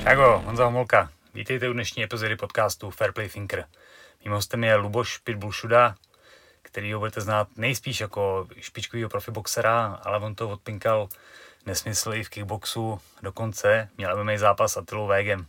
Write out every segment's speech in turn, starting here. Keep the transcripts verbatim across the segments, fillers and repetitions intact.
Tak jo, Honza Homolka. Vítejte u dnešní epizody podcastu Fair Play Thinker. Mým hostem je Luboš Pitbull Šuda, který ho budete znát nejspíš jako špičkovýho profiboxera, ale on to odpinkal nesmysl i v kickboxu. Dokonce měl M M A zápas s Attilou Végem.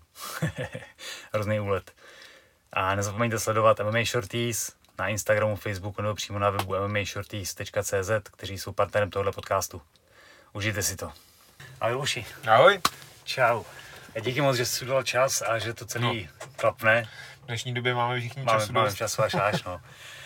Hrozný úlet. A nezapomeňte sledovat M M A Shorties na Instagramu, Facebooku nebo přímo na webu m m a shorties tečka c z, kteří jsou partnerem tohoto podcastu. Užijte si to. Ahoj Luboši. Ahoj. Čau. A díky moc, že jsi udělal čas a že to celý no. klapne. V dnešní době máme všichni máme, času máme dost. času až až, no.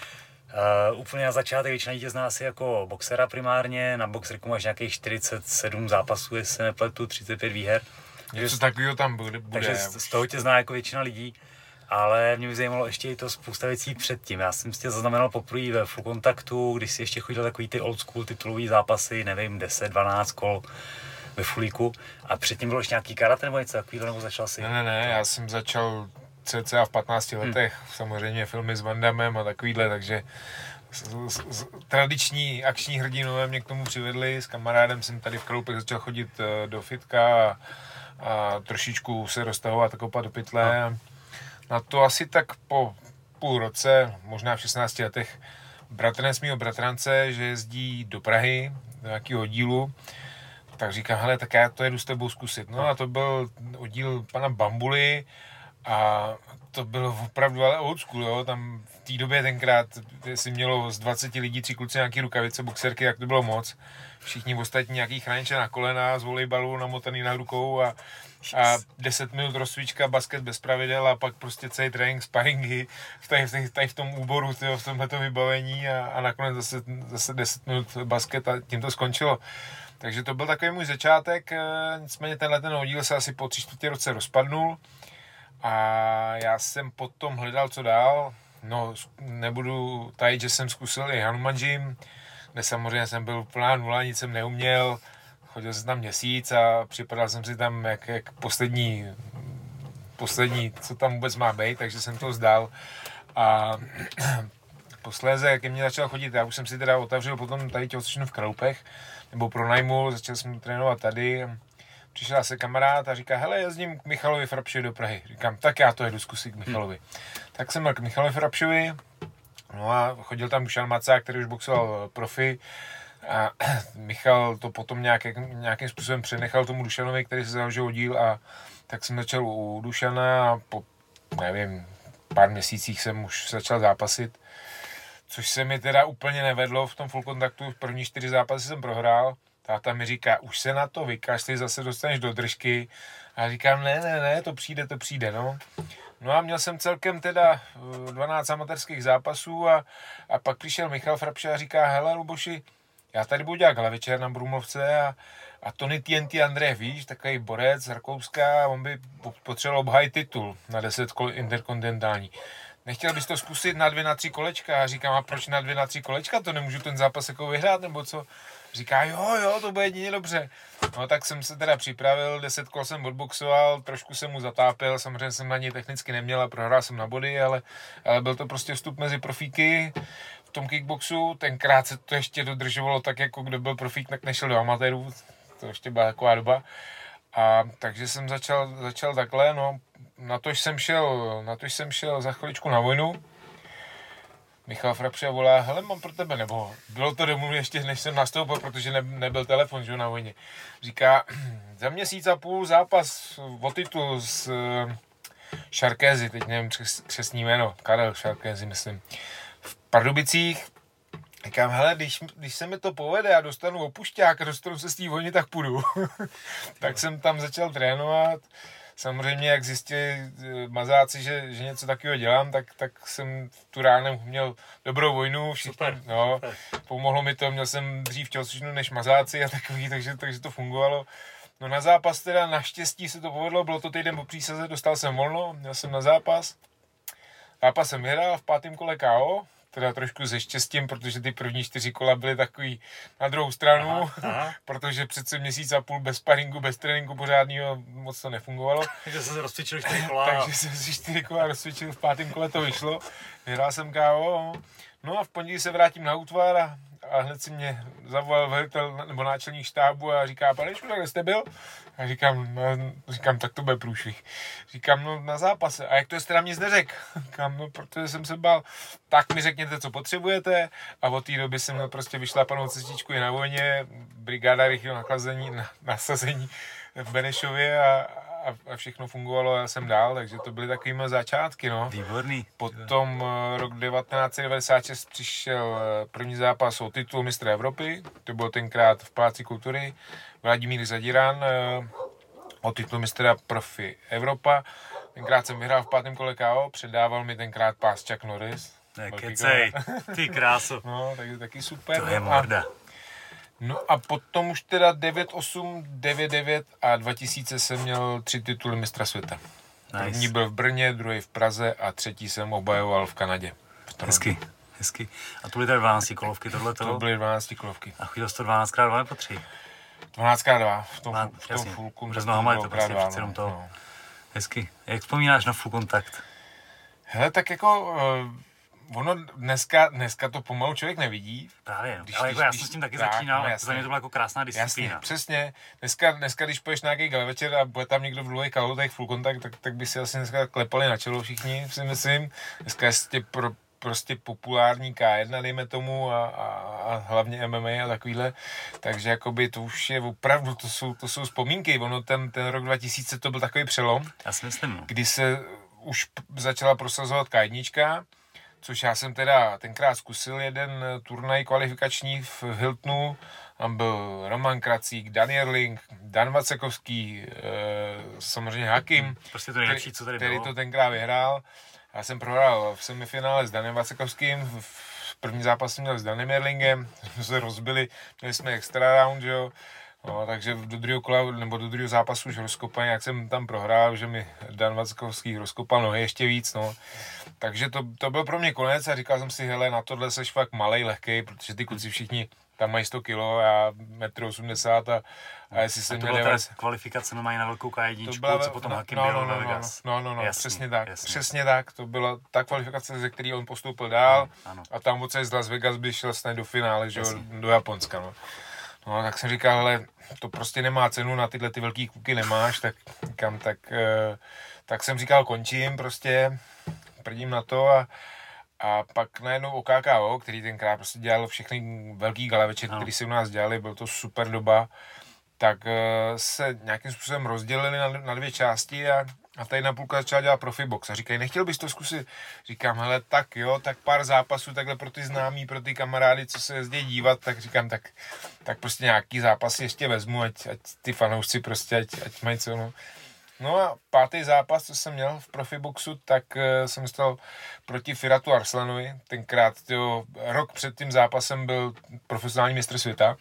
Uh, úplně na začátek většina lidí zná si jako boxera primárně, na boxerku máš nějakých čtyřicet sedm zápasů, jestli se nepletu, třicet pět výher. Něco takového tam bude. Takže z, z toho tě zná jako většina lidí, ale mě by zajímalo ještě i to spousta věcí předtím. Já jsem si tě zaznamenal poprvé ve Full Contactu, když jsi ještě chodil takový ty old school titulový zápasy, nevím, deset dvanáct kol ve fulíku. A předtím bylo ještě nějaký karate nebo něco takového, nebo začal si? Ne, ne, ne, já jsem začal cca v patnácti letech, hmm. samozřejmě filmy s Van Dammem a takovýhle, takže z, z, z, tradiční akční hrdinové mě k tomu přivedli. S kamarádem jsem tady v Kraloupech začal chodit uh, do fitka a, a trošičku se roztahovat a kopat do pytle. No. Na to asi tak po půl roce, možná v šestnácti letech, bratranec mýho bratrance, že jezdí do Prahy, do nějakého oddílu, tak říkám, hele, tak já to jedu s tebou zkusit. No a to byl oddíl pana Bambuly a to bylo opravdu ale old school, jo. Tam v té době tenkrát si mělo z dvaceti lidí tři kluci nějaký rukavice, boxerky, jak to bylo moc. Všichni ostatní nějaký chrániče na kolena, z volejbalu namotaný na rukou a, a deset minut rozcvička, basket bez pravidel a pak prostě celý trénink, sparingy tady, tady, tady v tom úboru, tyjo, v tomhleto vybavení a, a nakonec zase, zase deset minut basket a tím to skončilo. Takže to byl takový můj začátek, nicméně tenhle ten oddíl se asi po tři čtvrtě roce rozpadnul a já jsem potom hledal, co dál. No, nebudu tajit, že jsem zkusil i Hanuman Gym, kde samozřejmě jsem byl plná nula, nic jsem neuměl, chodil jsem tam měsíc a připadal jsem si tam jak, jak poslední, poslední, co tam vůbec má být, takže jsem to vzdal a posléze, jak mě začal chodit, já už jsem si teda otevřel potom tady tělocvičnu v Kraloupech, nebo pronajmul, začal jsem trénovat tady. Přišel se kamarád a říká, hele, jezdím k Michalovi Frapšovi do Prahy. Říkám, tak já to jedu zkusit k Michalovi. Hmm. Tak jsem byl k Michalovi Frapšovi, no a chodil tam Dušan Macák, který už boxoval profi. A Michal to potom nějak, nějakým způsobem přenechal tomu Dušanovi, který se založil oddíl a tak jsem začal u Dušana a po, nevím, pár měsících jsem už začal zápasit. Což se mi teda úplně nevedlo v tom Full Contactu, první čtyři zápasy jsem prohrál. Táta mi říká, už se na to vykašli, zase dostaneš do držky. A já říkám, ne, ne, ne, to přijde, to přijde, no. No a měl jsem celkem teda dvanáct amatérských zápasů a, a pak přišel Michal Frapša a říká, hele Luboši, já tady budu dělat večer na Brumlovce a, a Tony T N T Andrej, víš, takový borec z Rakouska, on by potřeboval obhájit titul na deset kol interkontinentální. Nechtěl bys to zkusit na dvě, na tři kolečka? A říkám, a proč na dvě, na tři kolečka? To nemůžu ten zápas jako vyhrát, nebo co? Říká, jo, jo, to bude jedině dobře. No tak jsem se teda připravil, deset kol jsem odboxoval, trošku jsem mu zatápil, samozřejmě jsem na něj technicky neměl a prohrál jsem na body, ale, ale byl to prostě vstup mezi profíky v tom kickboxu. Tenkrát se to ještě dodržovalo tak, jako kdo byl profík, tak nešel do amatérů. To ještě byla taková doba. A takže jsem začal, začal takhle, no, na tož jsem šel, na tož jsem šel za chviličku na vojnu. Michal Frapša volá, hele, mám pro tebe, nebo bylo to domů ještě, než jsem nastoupil, protože ne, nebyl telefon, že na vojně. Říká, za měsíc a půl zápas o titul s uh, Šarkézy, teď nevím křes, křesní jméno, Karel Šarkézy, myslím, v Pardubicích. Říkám, hele, když, když se mi to povede a dostanu opušťák a dostanu se z té vojny, tak půjdu. Tak jsem tam začal trénovat. Samozřejmě, jak zjistili mazáci, že, že něco takového dělám, tak, tak jsem tu ránem měl dobrou vojnu. Všichni, super, no, super. Pomohlo mi to, měl jsem dřív tělocvičnu než mazáci a takový, takže, takže to fungovalo. No na zápas teda naštěstí se to povedlo, bylo to týden po přísaze, dostal jsem volno, měl jsem na zápas. Zápas jsem vyhrál v pátém kole K O, teda trošku se štěstím, protože ty první čtyři kola byly takový na druhou stranu, aha, aha. Protože přece měsíc a půl bez sparingu, bez tréninku pořádného moc to nefungovalo. Takže jsem se rozcvičil čtyři kola. Takže jsem si čtyři kola rozcvičil, v pátém kole to vyšlo, vyhrál jsem K O, no a v pondělí se vrátím na útvar a, a hned si mě zavolal velitel nebo náčelník štábu a říká, pane Šuda, kde jste byl? A říkám, no, říkám, tak to bude průšvih. Říkám, no na zápase. A jak to jste nám nic neřekl? Říkám, no protože jsem se bál. Tak mi řekněte, co potřebujete. A od té doby jsem měl prostě vyšlapanou cestičku i na vojně, brigáda rychlého nachlazení, na, nasazení v Benešově a, a, a všechno fungovalo a já jsem dál, takže to byly takovýhle začátky, no. Výborný. Potom uh, rok devatenáct set devadesát šest přišel uh, první zápas o titul mistra Evropy, to bylo tenkrát v Paláci kultury, Vladimír Zadíran uh, o titul mistra profi Evropa. Tenkrát jsem vyhrál v pátém kole K O, předával mi tenkrát pás Chuck Norris. Ne, kecej, ty kráso. No, takže taky super. To je no, morda. a, no a potom už teda devět osm, devět devět a dva tisíce jsem měl tři tituly mistra světa. Nice. První byl v Brně, druhý v Praze a třetí jsem obajoval v Kanadě. V hezky, hezky. A tu byly tady dvanáct kolovky tohle toho? To byly dvanáct kolovky. A chodil jsi to dvanáct krát dva nebo tři? dvanáct krát dva, v tom, Má, v tom jasně, fulku. Přes nohama je to prostě dva, přeci jenom no, to. no. Hezky. Jak vzpomínáš na full kontakt? Hele, tak jako... Uh, ono dneska, dneska to pomalu člověk nevidí. Právě, no. Když, Ale když, jako já když, jsem s tím taky tak, začínal, no, a za mě to byla jako krásná disciplína. Jasně, přesně. Dneska, dneska, když půjdeš na nějaký galvečer a bude tam někdo v dlouhých kalhotech full kontakt, tak, tak by si asi dneska klepali na čelo všichni, si myslím. Dneska je pro, prostě populární K jedna, dejme tomu, a, a, a hlavně M M A a takovýhle. Takže jakoby to už je opravdu, to jsou, to jsou vzpomínky. Ono ten, ten rok dva tisíce to byl takový přelom, Já si myslím, no. kdy se už začala prosazovat K jedna, což já jsem teda tenkrát zkusil jeden turnaj kvalifikační v Hiltonu. Tam byl Roman Kracík, Dan Jerling, Dan Vacekovský, e, samozřejmě Hakim, Prostě to nejlepší, co tady který bylo. to tenkrát vyhrál. Já jsem prohrál v semifinále s Danem Vacekovským, v první zápas jsem měl s Danem Jerlingem, jsme se rozbili, měli jsme extra round, že jo. No, takže do druhého kola, nebo do druhého zápasu už rozkopaný, jak jsem tam prohrál, že mi Dan Vackovský rozkopal nohy ještě víc, no. Takže to, to byl pro mě konec a říkal jsem si, hele, na tohle seš fakt malej, lehkej, protože ty kluci všichni tam mají sto kilo a metr osmdesát a, a jestli jsem měl devadesát... kvalifikace mají na velkou K jedna, byla, co potom no, Hakim no, byl no, na no, Vegas. No, no, no, jasný, přesně tak, jasný. přesně tak, to byla ta kvalifikace, ze které on postoupil dál ano, ano. A tam odsaď z Las Vegas by šel snad do finále, že jo, do Japonska, no. No, tak jsem říkal, hele, to prostě nemá cenu, na tyhle ty velký kluky nemáš, tak říkám, tak, tak jsem říkal, končím prostě, prdím na to a, a pak najednou O K K O, který tenkrát prostě dělal všechny velký gala večer, který si u nás dělali, byl to super doba, tak se nějakým způsobem rozdělili na, na dvě části a A tady na půlka začala dělat profibox a říkají, nechtěl bys to zkusit? Říkám, hele, tak jo, tak pár zápasů takhle pro ty známí, pro ty kamarády, co se jezdí dívat, tak říkám, tak, tak prostě nějaký zápasy ještě vezmu, ať, ať ty fanoušci prostě, ať, ať mají co, no. No a pátý zápas, co jsem měl v profiboxu, tak uh, jsem stal proti Firatu Arslanovi. Tenkrát, jo, rok před tím zápasem byl profesionální mistr světa.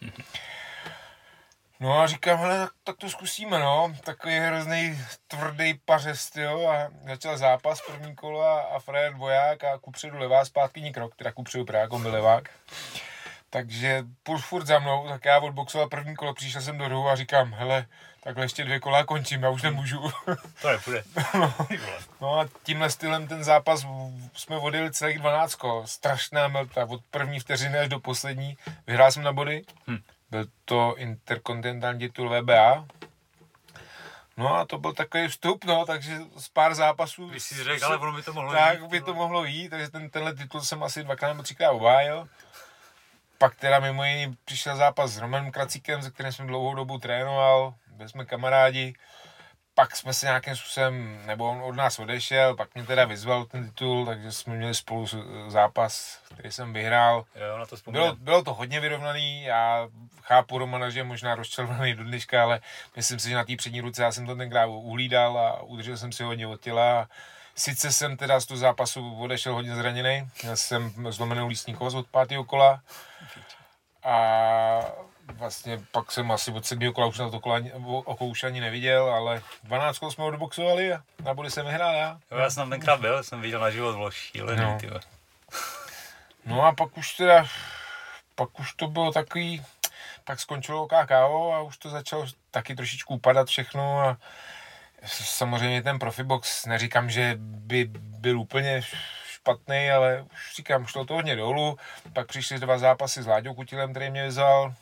No a říkám, hele, tak, tak to zkusíme, no. Takový hrozný tvrdý pařest, jo. A začal zápas, první kolo a, a frajer dvoják a kupředu levá, zpátky ní krok, teda kupředu právě, jako byl levák. Takže půl furt za mnou, tak já odboxoval první kolo, přišel jsem do rohu a říkám, hele, takhle ještě dvě kola končím, já už nemůžu. To nepůjde. no, no a tímhle stylem ten zápas jsme odjeli celých dvanáct kol. Strašná melta, od první vteřiny až do poslední. Vyhrál jsem na body. Hm. Byl to interkontinentální titul V B A. No a to byl takový vstup, no, takže z pár zápasů... Když jsi řekl, ale ono by to mohlo tak jít. Tak by to mohlo jít, takže ten, tenhle titul jsem asi dvakrát nebo třikrát obhájil. Pak teda mimo jiný přišel zápas s Romanem Kracíkem, se kterým jsem dlouhou dobu trénoval, byli jsme kamarádi. Pak jsme se nějakým způsobem, nebo on od nás odešel, pak mě teda vyzval ten titul, takže jsme měli spolu zápas, který jsem vyhrál. Jo, na to bylo, bylo to hodně vyrovnaný, já chápu Romana, že je možná rozčelvaný do dneška, ale myslím si, že na té přední ruce já jsem to tenkrát uhlídal a udržel jsem si hodně od těla. Sice jsem teda z toho zápasu odešel hodně zraněný, měl jsem zlomenou lístní kost od pátého kola a vlastně pak jsem asi od sedmého kola už na to kola, oko už ani neviděl, ale dvanáct kol jsme odboxovali a na body jsem vyhrál já. Jo, já jsem tam tenkrát byl, jsem viděl na život, bylo šílený, no. Tyhle. No a pak už teda, pak už to bylo takový, pak skončilo O K K O a už to začalo taky trošičku upadat všechno a samozřejmě ten profibox, neříkám, že by byl úplně špatný, ale už říkám, šlo to hodně dolů. Pak přišly dva zápasy s Láďou Kutilem, který mě vyzval.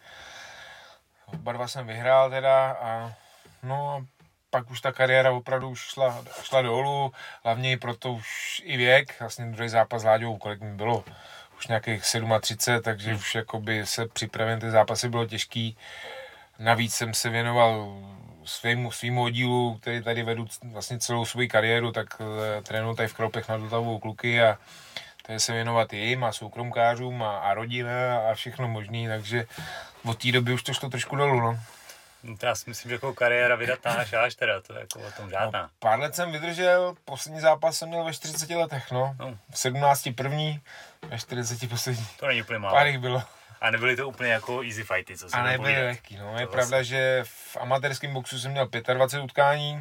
Oba dva jsem vyhrál teda a no pak už ta kariéra opravdu už šla, šla dolů, hlavně i proto už i věk, vlastně druhý zápas s Láďou, kolik mi bylo, už nějakých třicet sedm, takže už jakoby se připravím, ty zápasy bylo těžký. Navíc jsem se věnoval svým, svým oddílu, který tady vedu vlastně celou svou kariéru, tak e, trénuji tady v Kralupech nad Vltavou kluky a tady se věnovat jim a soukromkářům a, a rodina a všechno možný, takže od té doby už to šlo trošku dolů, no. Já si myslím, že jako kariéra vydatná až až teda, to je jako o tom žádná. No, pár let jsem vydržel, poslední zápas jsem měl ve čtyřiceti letech, no. no. V sedmnácti první, ve čtyřiceti poslední. To není úplně málo. Pár jich bylo. A nebyly to úplně jako easy fighty, co jsem A nebyly lehký, no. Je to pravda, vlastně... že v amatérském boxu jsem měl dvacet pět utkání,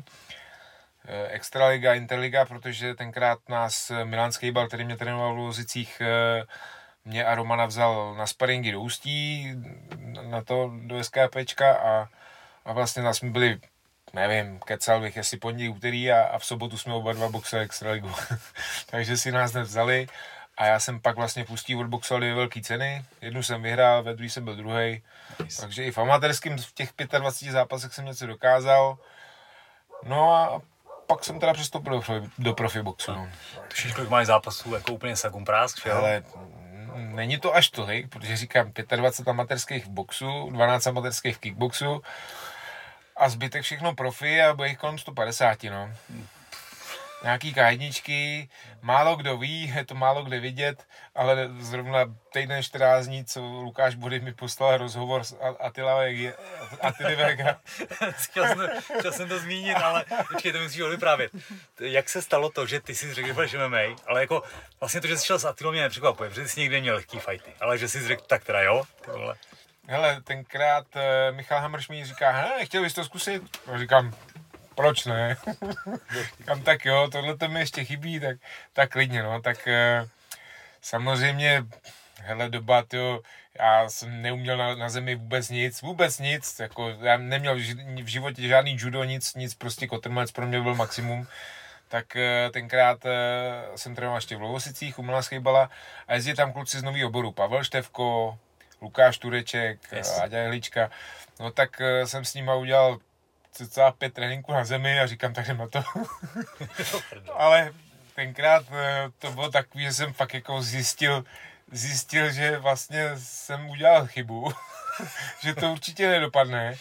Extraliga, Interliga, protože tenkrát nás Milan Skejbal, který mě trénoval v Lozicích, mě a Romana vzal na sparingy do Ústí, na to do SKPčka a, a vlastně nás jsme byli, nevím, kecal bych, jestli pondělí, úterý a, a v sobotu jsme oba dva boxovali Extraligu. Takže si nás nevzali a já jsem pak vlastně v Ústí odboxoval dvě velké ceny. Jednu jsem vyhrál, ve druhý jsem byl druhý. Nice. Takže i v amatérském v těch dvaceti pěti zápasech jsem něco dokázal. No a pak jsem teda přestoupil do, do profiboxu. No. Tušíš, kolik máš zápasů, jako úplně sakum prásk, že jo? Ale není to až tolik, protože říkám dvacet pět amatérských v boxu, dvanáct amatérských v kickboxu a zbytek všechno profi a bude jich kolem sto padesát, no. Nějaký kájedničky, málo kdo ví, je to málo kde vidět, ale zrovna týden čtrnáct dní, co Lukáš Body mi poslal rozhovor s Attila Vega. chtěl, jsem, chtěl jsem to zmínit, ale počkej, to musíš vyprávět. Jak se stalo to, že ty si řekl, že budeš M M A, ale jako vlastně to, že jsi šel s Attilou, mě nepřekvapuje, protože jsi někde měl lehký fighty, ale že jsi řekl, tak teda jo, ty vole. Hele, tenkrát uh, Michal Hamrš mi říká, hele, chtěl bys to zkusit? A říkám, proč ne? Říkám, tak jo, tohle to mi ještě chybí, tak, tak klidně, no, tak uh, samozřejmě, hele, doba, tyjo, já jsem neuměl na, na zemi vůbec nic, vůbec nic, jako já neměl v, v životě žádný judo, nic, nic, prostě kotrmelec pro mě byl maximum. Tak uh, tenkrát uh, jsem trénoval ještě v Lovosicích u Milana Skejbala a jezdí tam kluci z nového oboru, Pavel Števko, Lukáš Tureček, yes. Aďa Jehlička, no tak uh, jsem s nima udělal cca pět tréninků na zemi a říkám, tak jdem na to. Ale tenkrát to bylo takový, že jsem fakt jako zjistil, zjistil, že vlastně jsem udělal chybu, že to určitě nedopadne.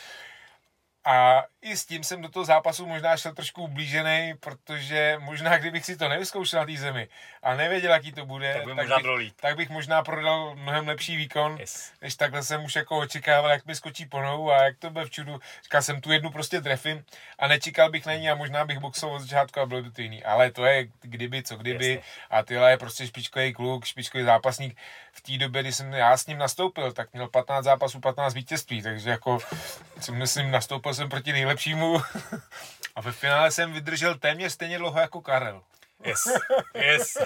A i s tím jsem do toho zápasu možná šel trošku ublížený, protože možná kdybych si to nevyzkoušel na té zemi a nevěděl, jaký to bude, tak, by tak, bych, tak bych možná prodal mnohem lepší výkon, yes. Než takhle jsem už jako očekával, jak mi skočí po nohu a jak to bude v čudu. Říkal jsem, tu jednu prostě trefím a nečekal bych na ní a možná bych boxoval od začátku a bylo to jiný. Ale to je kdyby, co kdyby. Yes. A Tyla je prostě špičkový kluk, špičkový zápasník. V té době, kdy jsem já s ním nastoupil, tak měl patnáct zápasů, patnáct vítězství, takže jako si myslím, nastoupil jsem proti nejlepšímu a ve finále jsem vydržel téměř stejně dlouho jako Karel. Yes, yes.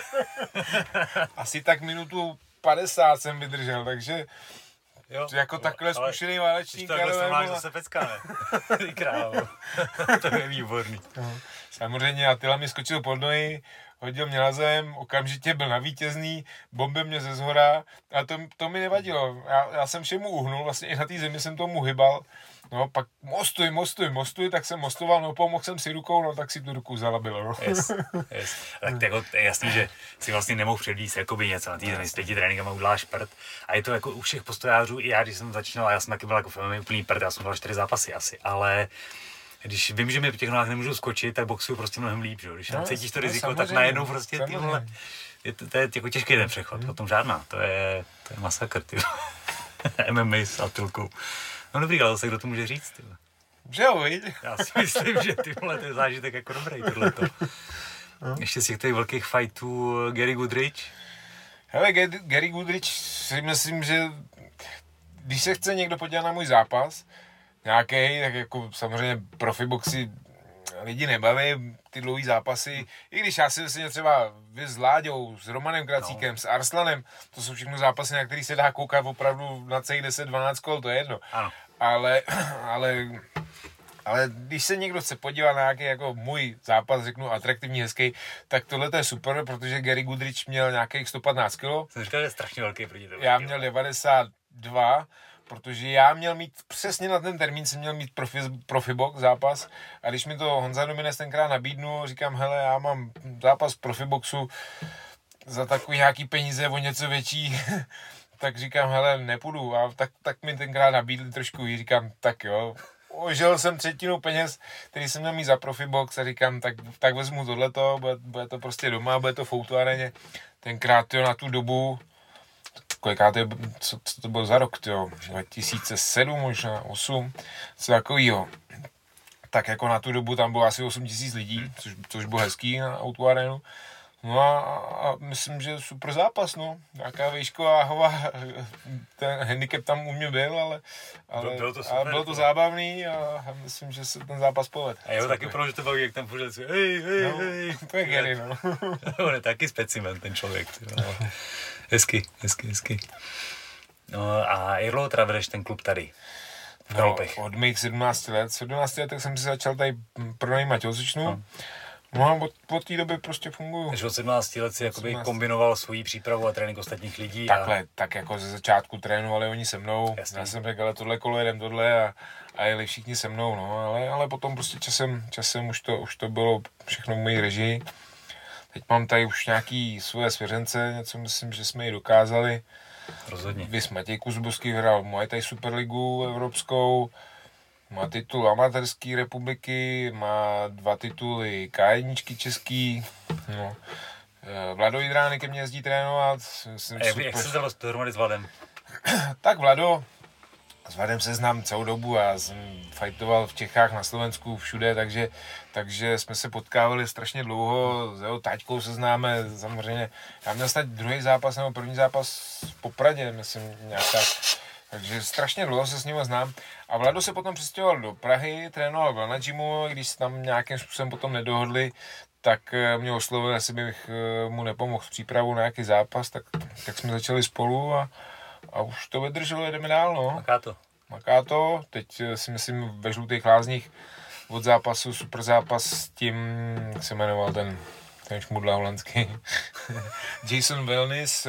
Asi tak minutu padesát jsem vydržel, takže jo, jako jo, takhle zkušený válečník. Takhle se máš zase pecka, ne? Ty krávo. To je výborný. No. Samozřejmě Attila mi skočil pod nohy, hodil mě na zem, okamžitě byl na vítězný, bombe mě ze zhora a to, to mi nevadilo. Já, já jsem všemu uhnul, vlastně i na té zemi jsem tomu hybal. No pak mostuj, mostuj, mostuj, tak jsem mostoval, no pomohl jsem si rukou, no tak si tu ruku vzala bylo. No. Yes, yes. Tak to jako, je jasný, že si vlastně nemohl předvíct jakoby něco na té zemi, s pěti tréninkama uděláš prd. A je to jako u všech postojářů, i já, když jsem začínal, a já jsem taky byl jako filmy úplný prd, já jsem dal čtyři zápasy asi, ale když vím, že mi v těch nohách nemůžu skočit, tak boxuju prostě mnohem líp, že? Když tam no, cítíš to riziko, tak najednou prostě ty vole, je to, to je jako těžký ten přechod, hmm. o tom žádná, to je, to je masakr, ty M M A s Attilkou. No dobrý, ale zase kdo to může říct, ty vole. Že jo, viď? Já si myslím, že ty vole, to je zážitek jako dobrý tohleto. Hmm. Ještě z těch těch velkých fightů Gary Goodrich. Hele, Gary Goodrich si myslím, že když se chce někdo podívat na můj zápas, nějaký, tak jako samozřejmě profiboxy lidi nebaví, ty dlouhý zápasy, i když já si myslím, třeba vy s Láďou, s Romanem Kracíkem, no. S Arslanem, to jsou všechno zápasy, na který se dá koukat opravdu na celých deset dvanáct kol, to je jedno. Ano. Ale, ale, Ale když se někdo chce podívat na nějaký jako můj zápas, řeknu atraktivní, hezký, tak tohle to je super, protože Gary Goodrich měl nějakých sto patnáct kilo. Jsem říkal, že je strašně velký proti tomu. Já měl devadesát dva, protože já měl mít, přesně na ten termín jsem měl mít profi, profibox zápas a když mi to Honza Domines tenkrát nabídnul, říkám, hele, já mám zápas profiboxu za takový nějaký peníze o něco větší, tak říkám, hele, nepůjdu a tak, tak mi tenkrát nabídli trošku víc, říkám, tak jo, ožil jsem třetinu peněz, který jsem měl mít za profibox a říkám, tak, tak vezmu tohleto, bude, bude to prostě doma, bude to v Outu areně, tenkrát jo, na tu dobu, koliká to je, co, co to bylo za rok, jo, dva tisíce sedm, možná osm, co takovýho. Tak jako na tu dobu tam bylo asi osm tisíc lidí, což, což bylo hezký na Outu arenu. No a, a myslím, že super zápas, no. Nějaká výšková hova, ten handicap tam u mě byl, ale, ale bylo to, super, ale bylo to zábavný a, a myslím, že se ten zápas povedl. A jo, taky protože to baví, jak tam pořád si, hej, hej, no, hej. To je Gary, no. On je taky specimen, ten člověk. No. Hezky, hezky, hezky. No a Jirlo, teda vedeš ten klub tady, v Kralupech. No, od mých sedmnácti let. sedmnácti let jsem si začal tady pronajímat tělocvičnu. No. No a od, od té doby prostě funguju. Takže od sedmnácti let si jakoby sedmnáct kombinoval svoji přípravu a trénink ostatních lidí. Takhle, a... tak jako ze začátku trénovali oni se mnou. Jasný. Já jsem řekl, ale tohle kolo jedem tohle a, a jeli všichni se mnou, no. Ale, ale potom prostě časem, časem už, to, už to bylo všechno v mojí režii. Teď mám tady už nějaký svoje svěřence, něco myslím, že jsme ji dokázali. Rozhodně. Vys Matěj Kuzbovský vyhrál Muay Thai Superligu evropskou. Má titul amatérské republiky, má dva tituly K jedna český, no. Vlado Jidrány ke mně jezdí trénovat. A jak, jak se zdalo dohromady s Vladem? Tak Vlado, s Vladem se znám celou dobu, já jsem fajtoval v Čechách, na Slovensku, všude, takže, takže jsme se potkávali strašně dlouho, s jeho táťkou se známe, samozřejmě. Já měl snad druhý zápas nebo první zápas v Popradě, myslím, nějak tak. Takže strašně dlouho se s ním znám. A Vlado se potom přestěhoval do Prahy, trénoval v Lana Gymu, když se tam nějakým způsobem potom nedohodli, tak mě oslovil, jestli bych mu nepomohl s přípravou na nějaký zápas, tak, tak jsme začali spolu a, a už to vydrželo, jedeme dál, no. Maká to. Maká to, teď si myslím ve Žlutých Lázních od zápasu, super zápas s tím, jak se jmenoval ten, ten šmudla holandský, Jason Wellness.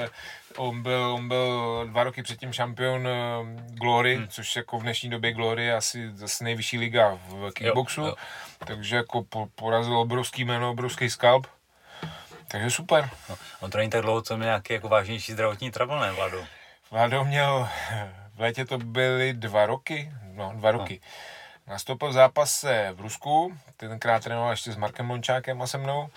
On byl, on byl dva roky předtím šampion Glory, hmm. což jako v dnešní době Glory je asi zase nejvyšší liga v kickboxu. Jo, jo. Takže jako po, porazil obrovský jméno, obrovský skalp. Takže super. No, on to není tak dlouho, co měl nějaký jako vážnější zdravotní trouble, ne, Vlado? Vlado měl, v létě to byly dva roky, no dva roky. No. Nastoupil v zápase v Rusku, tenkrát trénoval ještě s Markem Lončákem a se mnou.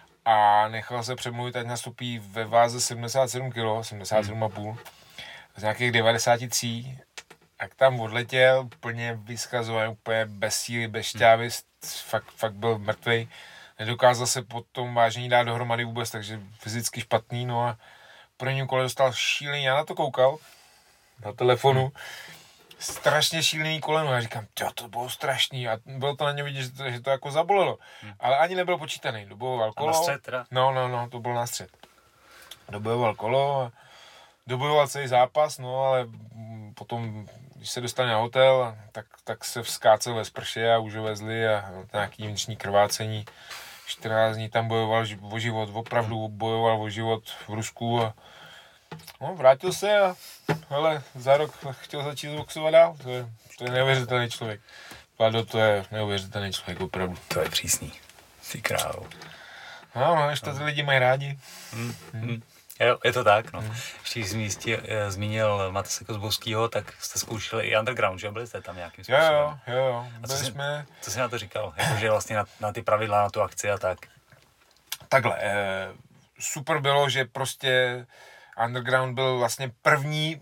A nechal se přemluvit, ať nastoupí ve váze sedmdesát sedm kilo, sedmdesát sedm a půl, z nějakých devadesát tři. A tam odletěl, úplně vyskazovaný, úplně bez síly, bez šťávy, fakt, fakt byl mrtvej. Nedokázal se potom vážně dát dohromady vůbec, takže fyzicky špatný, no a v prvním kole dostal šílený, já na to koukal, na telefonu, strašně šílený koleno. Já říkám, jo, to bylo strašný a bylo to na ně vidět, že to, že to jako zabolelo. Hmm. Ale ani nebyl počítaný, dobojoval kolo. A na střed teda? No, no, no, to byl na střed. Dobojoval kolo a dobojoval celý zápas, no, ale potom, když se dostal na hotel, tak, tak se vzkácel ve sprše a už ho vezli a nějaký vnitřní krvácení. čtrnáct dní tam bojoval o život, opravdu bojoval o život v Rusku a no, vrátil se a hele, za rok chtěl začít boxovat dál. To je, to je neuvěřitelný člověk. Vlado, to je neuvěřitelný člověk, opravdu. To je přísný. Ty krávo. No, no, ještě to lidi mají rádi. Hmm. Hmm. Jo, je to tak, no. Hmm. Ještě když jsi zmínil Matase Kozbovskýho, tak jste zkoušeli i underground, že? Byli jste tam nějakým způsobem? Jo, jo, jo. A co, jsi, jsme... co jsi na to říkal? Jakože vlastně na, na ty pravidla, na tu akci a tak? Takhle, eh, super bylo, že prostě underground byl vlastně první,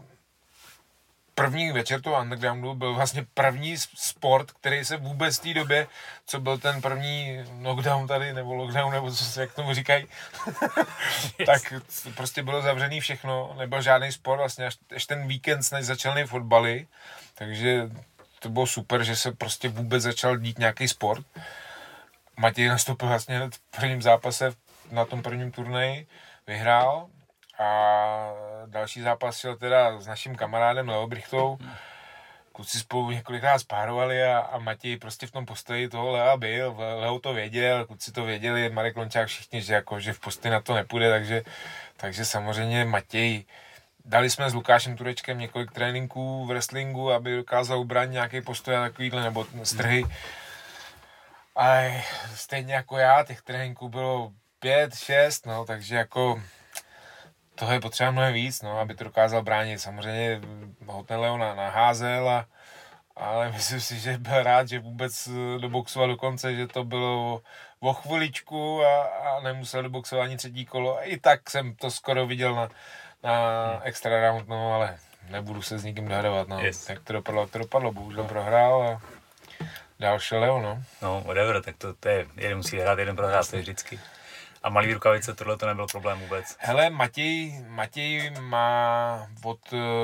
první večer toho undergroundu byl vlastně první sport, který se vůbec v té době, co byl ten první knockdown tady, nebo lockdown, nebo co se jak tomu říkají, tak prostě bylo zavřený všechno, nebyl žádný sport, vlastně až, až ten víkend snad začal fotbaly, takže to bylo super, že se prostě vůbec začal dít nějaký sport. Matěj nastoupil vlastně hned v prvním zápase na tom prvním turnaji, vyhrál. A další zápas šel teda s naším kamarádem Leo Brichtou. kluci spolu několikrát spárovali a, a Matěj prostě v tom postoji toho Lea byl, Leo to věděl, kluci to věděli, Marek Lončák všichni, že, jako, že v postoji na to nepůjde, takže, takže samozřejmě Matěj, dali jsme s Lukášem Turečkem několik tréninků v wrestlingu, aby dokázal ubránit nějaký postoj a takovýhle, nebo strhy. A stejně jako já, těch tréninků bylo pět, šest, no, takže jako toho je potřeba mnohem víc, no, aby to dokázal bránit. Samozřejmě ho ten Leo naházel, a, ale myslím si, že byl rád, že vůbec doboxoval do konce, že to bylo o chviličku a, a nemusel doboxovat ani třetí kolo. A i tak jsem to skoro viděl na, na extra round, no, ale nebudu se s nikým dohadovat, no. Yes. Tak to dopadlo, to dopadlo, bohužel prohrál a dál šel Leo, no. No, whatever, tak to, to je, jeden musí hrát, jeden prohrát, to je vždycky. A malý rukavice, tohle to nebyl problém vůbec. Hele, Matěj, Matěj má od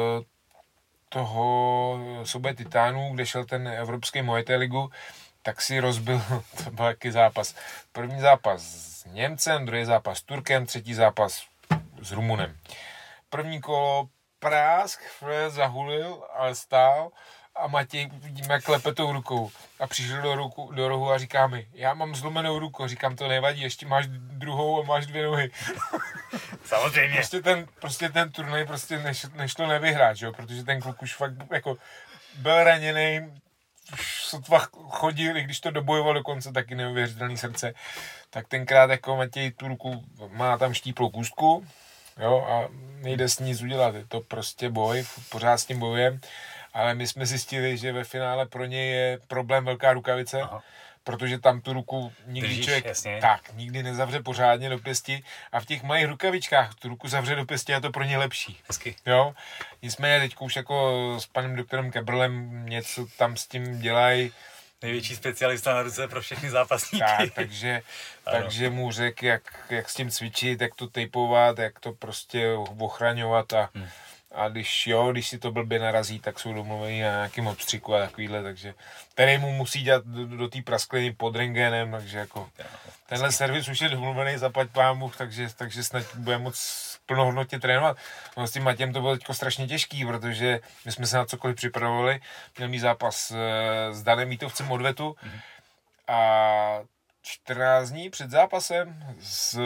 toho souboje titánů, kde šel ten evropský Muay Thai ligu, tak si rozbil, to byl jaký zápas. První zápas s Němcem, druhý zápas s Turkem, třetí zápas s Rumunem. První kolo prásk, Fred zahulil, ale stál a Matěj, vidíme, jak klepe tou rukou. A přišel do, ruku, do rohu a říká mi, já mám zlomenou ruku, říkám, to nevadí, ještě máš druhou a máš dvě nohy. Samozřejmě. Prostě ten, prostě ten turnaj prostě neš, nešlo nevyhrát, že jo? Protože ten kluk už fakt jako byl raněný, sotva chodil, i když to dobojoval dokonce, taky neuvěřitelný srdce. Tak tenkrát jako Matěj tu ruku má tam štíplou kůstku, jo, a nejde s ní nic udělat, je to prostě boj, pořád s tím bojem. Ale my jsme zjistili, že ve finále pro něj je problém velká rukavice, aha, protože tam tu ruku nikdy Držíš, člověk jasně. tak nikdy nezavře pořádně do pěsti a v těch malých rukavičkách tu ruku zavře do pěsti a to pro ně lepší. Hezky. Jo? Nicméně teď už jako s panem doktorem Kebrlem něco tam s tím dělají. Největší specialista na ruce pro všechny zápasníky. Tak, takže, takže mu řekl, jak, jak s tím cvičit, jak to tejpovat, jak to prostě ochraňovat a hmm. A když jo, když si to blbě narazí, tak jsou domluvení na nějakým obstřiku a takovýhle, takže tady mu musí dělat do, do té praskliny pod rentgenem, takže jako tenhle servis už je domluvený, zaplať pámu, takže, takže snad bude moc plnohodnotně trénovat. No s tím Matějem to bylo teďko strašně těžký, protože my jsme se na cokoliv připravovali, měl mít zápas s Danem Vítovcem odvetu mm-hmm. a čtrnáct dní před zápasem s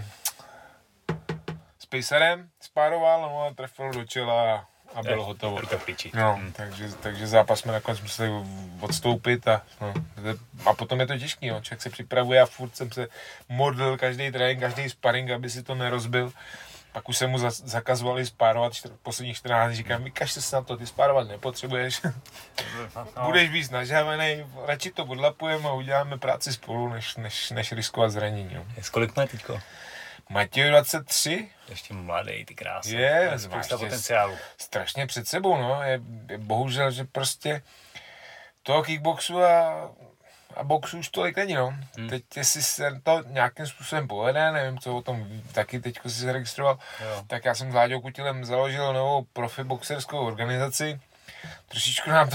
Pacerem spároval, no a trefil do čela a bylo hotovo. No, hmm. takže, takže zápas jsme nakonec museli odstoupit a, no, a potom je to těžký, no. Člověk se připravuje a furt jsem se modlil každý trénink, každý sparring, aby si to nerozbil. Pak už se mu za, zakazovali spárovat čtyř, posledních čtrnáct dní, říkám, vykažte se na to, ty spárovat nepotřebuješ. No. Budeš víc nažávený, radši to odlapujeme a uděláme práci spolu, než, než, než riskovat zranění. No. Je kolik má teďko? Matěj dvacet tři. Ještě mladý, ty krásy. Je, spousta potenciálu. Strašně před sebou, no. Je, je bohužel, že prostě toho kickboxu a, a boxu už tolik není, no. Hmm. Teď, jestli se to nějakým způsobem povede, nevím, co o tom taky teďko si zaregistroval, jo. Tak já jsem s Láďou Kutilem založil novou profiboxerskou organizaci. Trošičku nám to...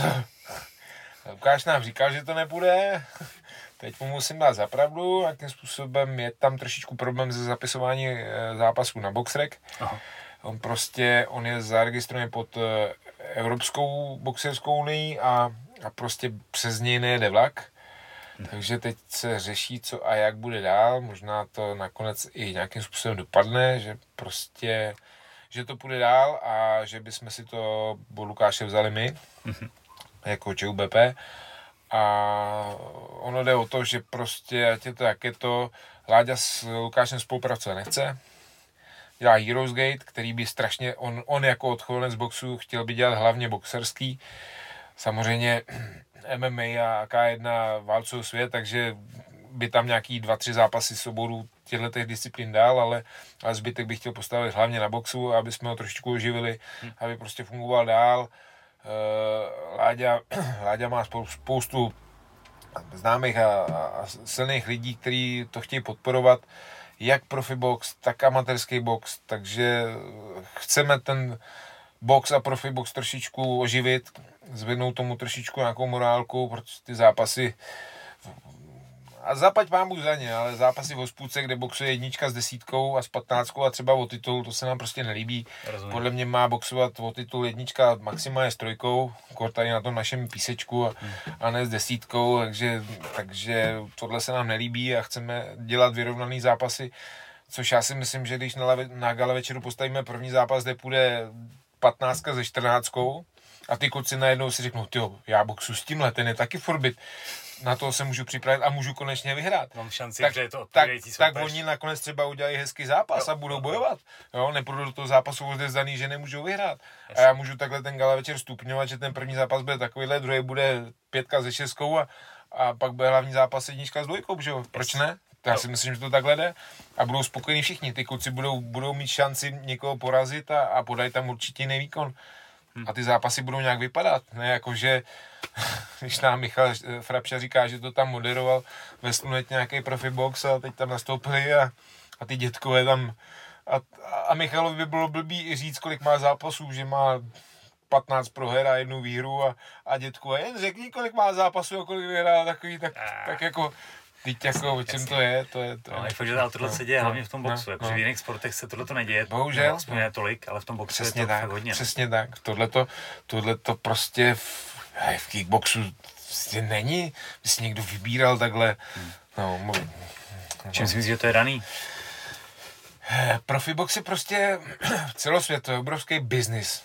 Lukáš nám říkal, že to nepůjde. Teď mu musím dát za pravdu, jakým způsobem je tam trošičku problém se zapisování zápasů na BoxRec. Aha. On prostě, on je zaregistrovaný pod Evropskou boxerskou unii a, a prostě přes něj nejede vlak. Hmm. Takže teď se řeší, co a jak bude dál. Možná to nakonec i nějakým způsobem dopadne, že prostě, že to půjde dál a že bychom si to od Lukáše vzali my, hmm. jako ČUBP. A ono jde o to, že prostě, ať je to jak je to, Láďa s Lukášem spolupracovat nechce. Dělá Heroes Gate, který by strašně, on, on jako odchovanec boxu chtěl by dělat hlavně boxerský. Samozřejmě M M A a K jedna válcují svět, takže by tam nějaký dva, tři zápasy s oboru těchto disciplín dál, ale, ale zbytek bych chtěl postavit hlavně na boxu, aby jsme ho trošičku oživili, hmm. aby prostě fungoval dál. Uh, Láďa, Láďa má spoustu známých a, a silných lidí, kteří to chtějí podporovat, jak profibox, tak amatérský box, takže chceme ten box a profibox trošičku oživit, zvednout tomu trošičku nějakou morálku, protože ty zápasy a zaplať pámu za ně, ale zápasy v hospůdce, kde boxuje jednička s desítkou a s patnáctkou a třeba o titul, to se nám prostě nelíbí. Rozumím. Podle mě má boxovat o titul jednička maximálně s trojkou, kor tady na tom našem písečku a, hmm. a ne s desítkou, takže, takže tohle se nám nelíbí a chceme dělat vyrovnaný zápasy, což já si myslím, že když na, leve, na gala večeru postavíme první zápas, kde půjde patnáctka se čtrnáctkou a ty kluci najednou si řeknou, tyjo, já boxu s tímhle, ten je taky forbit. Na to se můžu připravit a můžu konečně vyhrát. Mám šanci, tak, že je to odpovídající soupeř. Tak oni nakonec třeba udělají hezký zápas jo, a budou bojovat. Jo, nepůjdu do toho zápasu odezdaný, že nemůžou vyhrát. Yes. A já můžu takhle ten gala večer stupňovat, že ten první zápas bude takovýhle, druhý bude pětka se šestkou a, a pak bude hlavní zápas jednička s dvojkou, že jo? Proč yes. ne? Já si myslím, že to takhle jde a budou spokojení všichni. Ty kluci budou, budou mít šanci někoho porazit a, a podají tam určitě jiný výkon. Hmm. A ty zápasy budou nějak vypadat. Ne jako, že když nám Michal Frapša říká, že to tam moderoval ve Slunet nějaký profibox a teď tam nastoupili a, a ty dětkové tam a, a Michalovi by bylo blbý i říct, kolik má zápasů, že má patnáct proher a jednu výhru a, a dětkové, jen řekni, kolik má zápasů a kolik vyhrál, takový, tak, tak jako teď jako, o čem to je, to je to. No, je fakt, že tohle se děje no, hlavně v tom boxu, no, jako, no. V jiných sportech se tohle to neděje. Bohužel. No, ne tolik, ale v tom boxu přesně je to tak, fakt hodně. Přesně tak, tohleto, tohleto prostě v, v kickboxu prostě není, by si někdo vybíral takhle. Hmm. No, mo, no. Čím si myslíš, že to je daný? Profibox je prostě celosvětový obrovský biznis.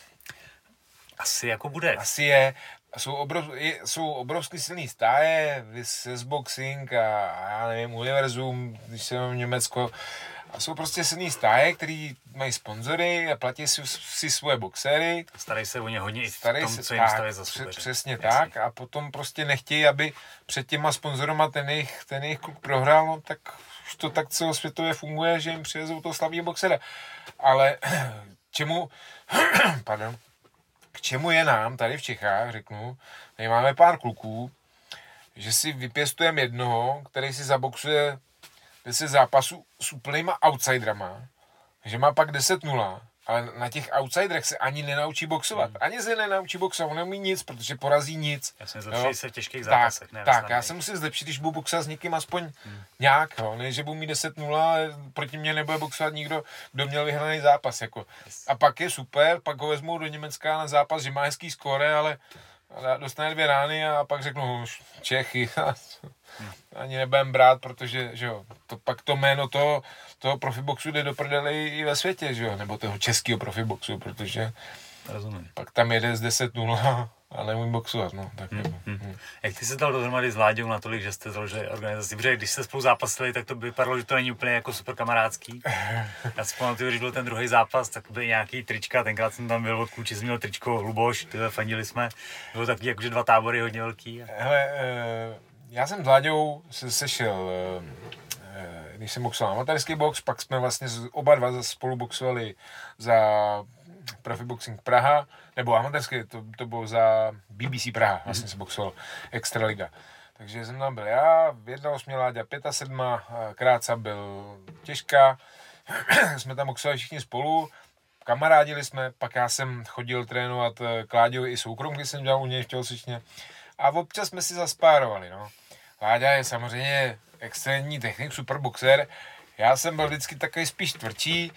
Asi jako bude. Asi je. Jsou, obrov, jsou obrovský silný stáje, Sesboxing a, a já nevím, Univerzum, když jsem v Německo. A jsou prostě silný stáje, který mají sponzory a platí si, si svoje boxery. Starají se o ně hodně i v Starej tom, se, co jim tak, staví za soupeře. Přesně Jasně. tak a potom prostě nechtějí, aby před těma sponzorama ten jejich, ten jejich kluk prohrál, no tak už to tak celosvětově funguje, že jim přijezou toho slavného boxera. Ale čemu, pardon, k čemu je nám tady v Čechách, řeknu, tady máme pár kluků, že si vypěstujeme jednoho, který si zaboxuje deset zápasů s úplnýma outsiderama, že má pak deset nula, ale na těch outsiderech se ani nenaučí boxovat. Hmm. Ani se nenaučí boxovat, on neumí nic, protože porazí nic. Jasně, zlepší se v těžkých zápasech. Tak, ne, tak já se musím zlepšit, když budu boxovat s někým aspoň hmm. nějak, jo, ne, že budu mít deset nula, ale proti mě nebude boxovat nikdo, kdo měl vyhraný zápas. Jako. Yes. A pak je super, pak ho vezmou do Německa na zápas, že má hezký skóre, ale dostane dvě rány a pak řeknu Čechy. Hmm. Ani nebudem brát, protože že jo, to, pak to jméno toho, toho profiboxu jde do prdele i ve světě, že jo, nebo toho českého profiboxu, protože Rozumím. Pak tam jede z deset nula a neumím boxovat, no. Tak hmm, hmm. Hmm. Jak ty se dal dohromady s Láďou natolik, že jste založili organizaci? Protože když jste spolu zápasili, tak to by vypadalo, že to není úplně jako super kamarádský. Já si pamatuju, když byl ten druhý zápas, tak byly nějaký trička, tenkrát jsem tam byl od kluči, jsem měl tričko Luboš, tyhle fandili jsme. Bylo taky jakože dva tábory hodně velký. Hele, já jsem s Láďou se sešel, když jsem boxoval amatérský box, pak jsme vlastně oba dva spolu boxovali za Profiboxing Praha, nebo amatérský, to, to bylo za B B C Praha, vlastně mm-hmm. se boxoval Extraliga. Takže jsem tam byl já, jednal jsme Láďa pět a sedma, Kráca byl těžká, jsme tam boxovali všichni spolu, kamarádili jsme, pak já jsem chodil trénovat k Láďovi i soukrom, když jsem dělal u něj v tělocvičně a občas jsme si zaspárovali, no. Láďa je samozřejmě extrémní technik, super boxer, já jsem byl vždycky takový spíš tvrdší,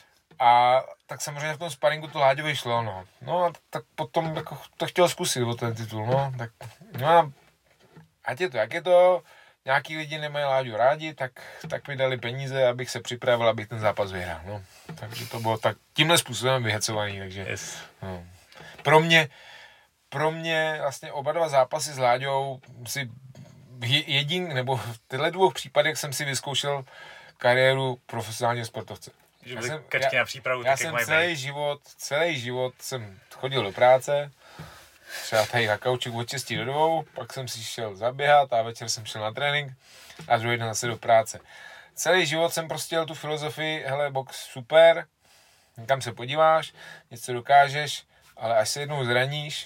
a tak samozřejmě v tom sparingu to Láďo vyšlo, no. No a tak potom jako to chtěl zkusit o ten titul, no. Tak, no a ať je to, jak je to, nějaký lidi nemají Láďu rádi, tak, tak mi dali peníze, abych se připravil, abych ten zápas vyhrál, no. Takže to bylo tak tímhle způsobem vyhecovaný, takže yes. no. Pro mě, pro mě vlastně oba dva zápasy s Láďou si jedin, nebo v těchto dvou případech jsem si vyzkoušel kariéru profesionálního sportovce. Že já jsem, kačky na přípravu, já tak jsem jak celý život, celý život jsem chodil do práce, třeba tady na kaučuk od šesti do dvou, pak jsem si šel zaběhat a večer jsem šel na trénink a druhý den zase do práce. Celý život jsem prostě jel tu filozofii, hele, box super, někam se podíváš, něco dokážeš, ale až se jednou zraníš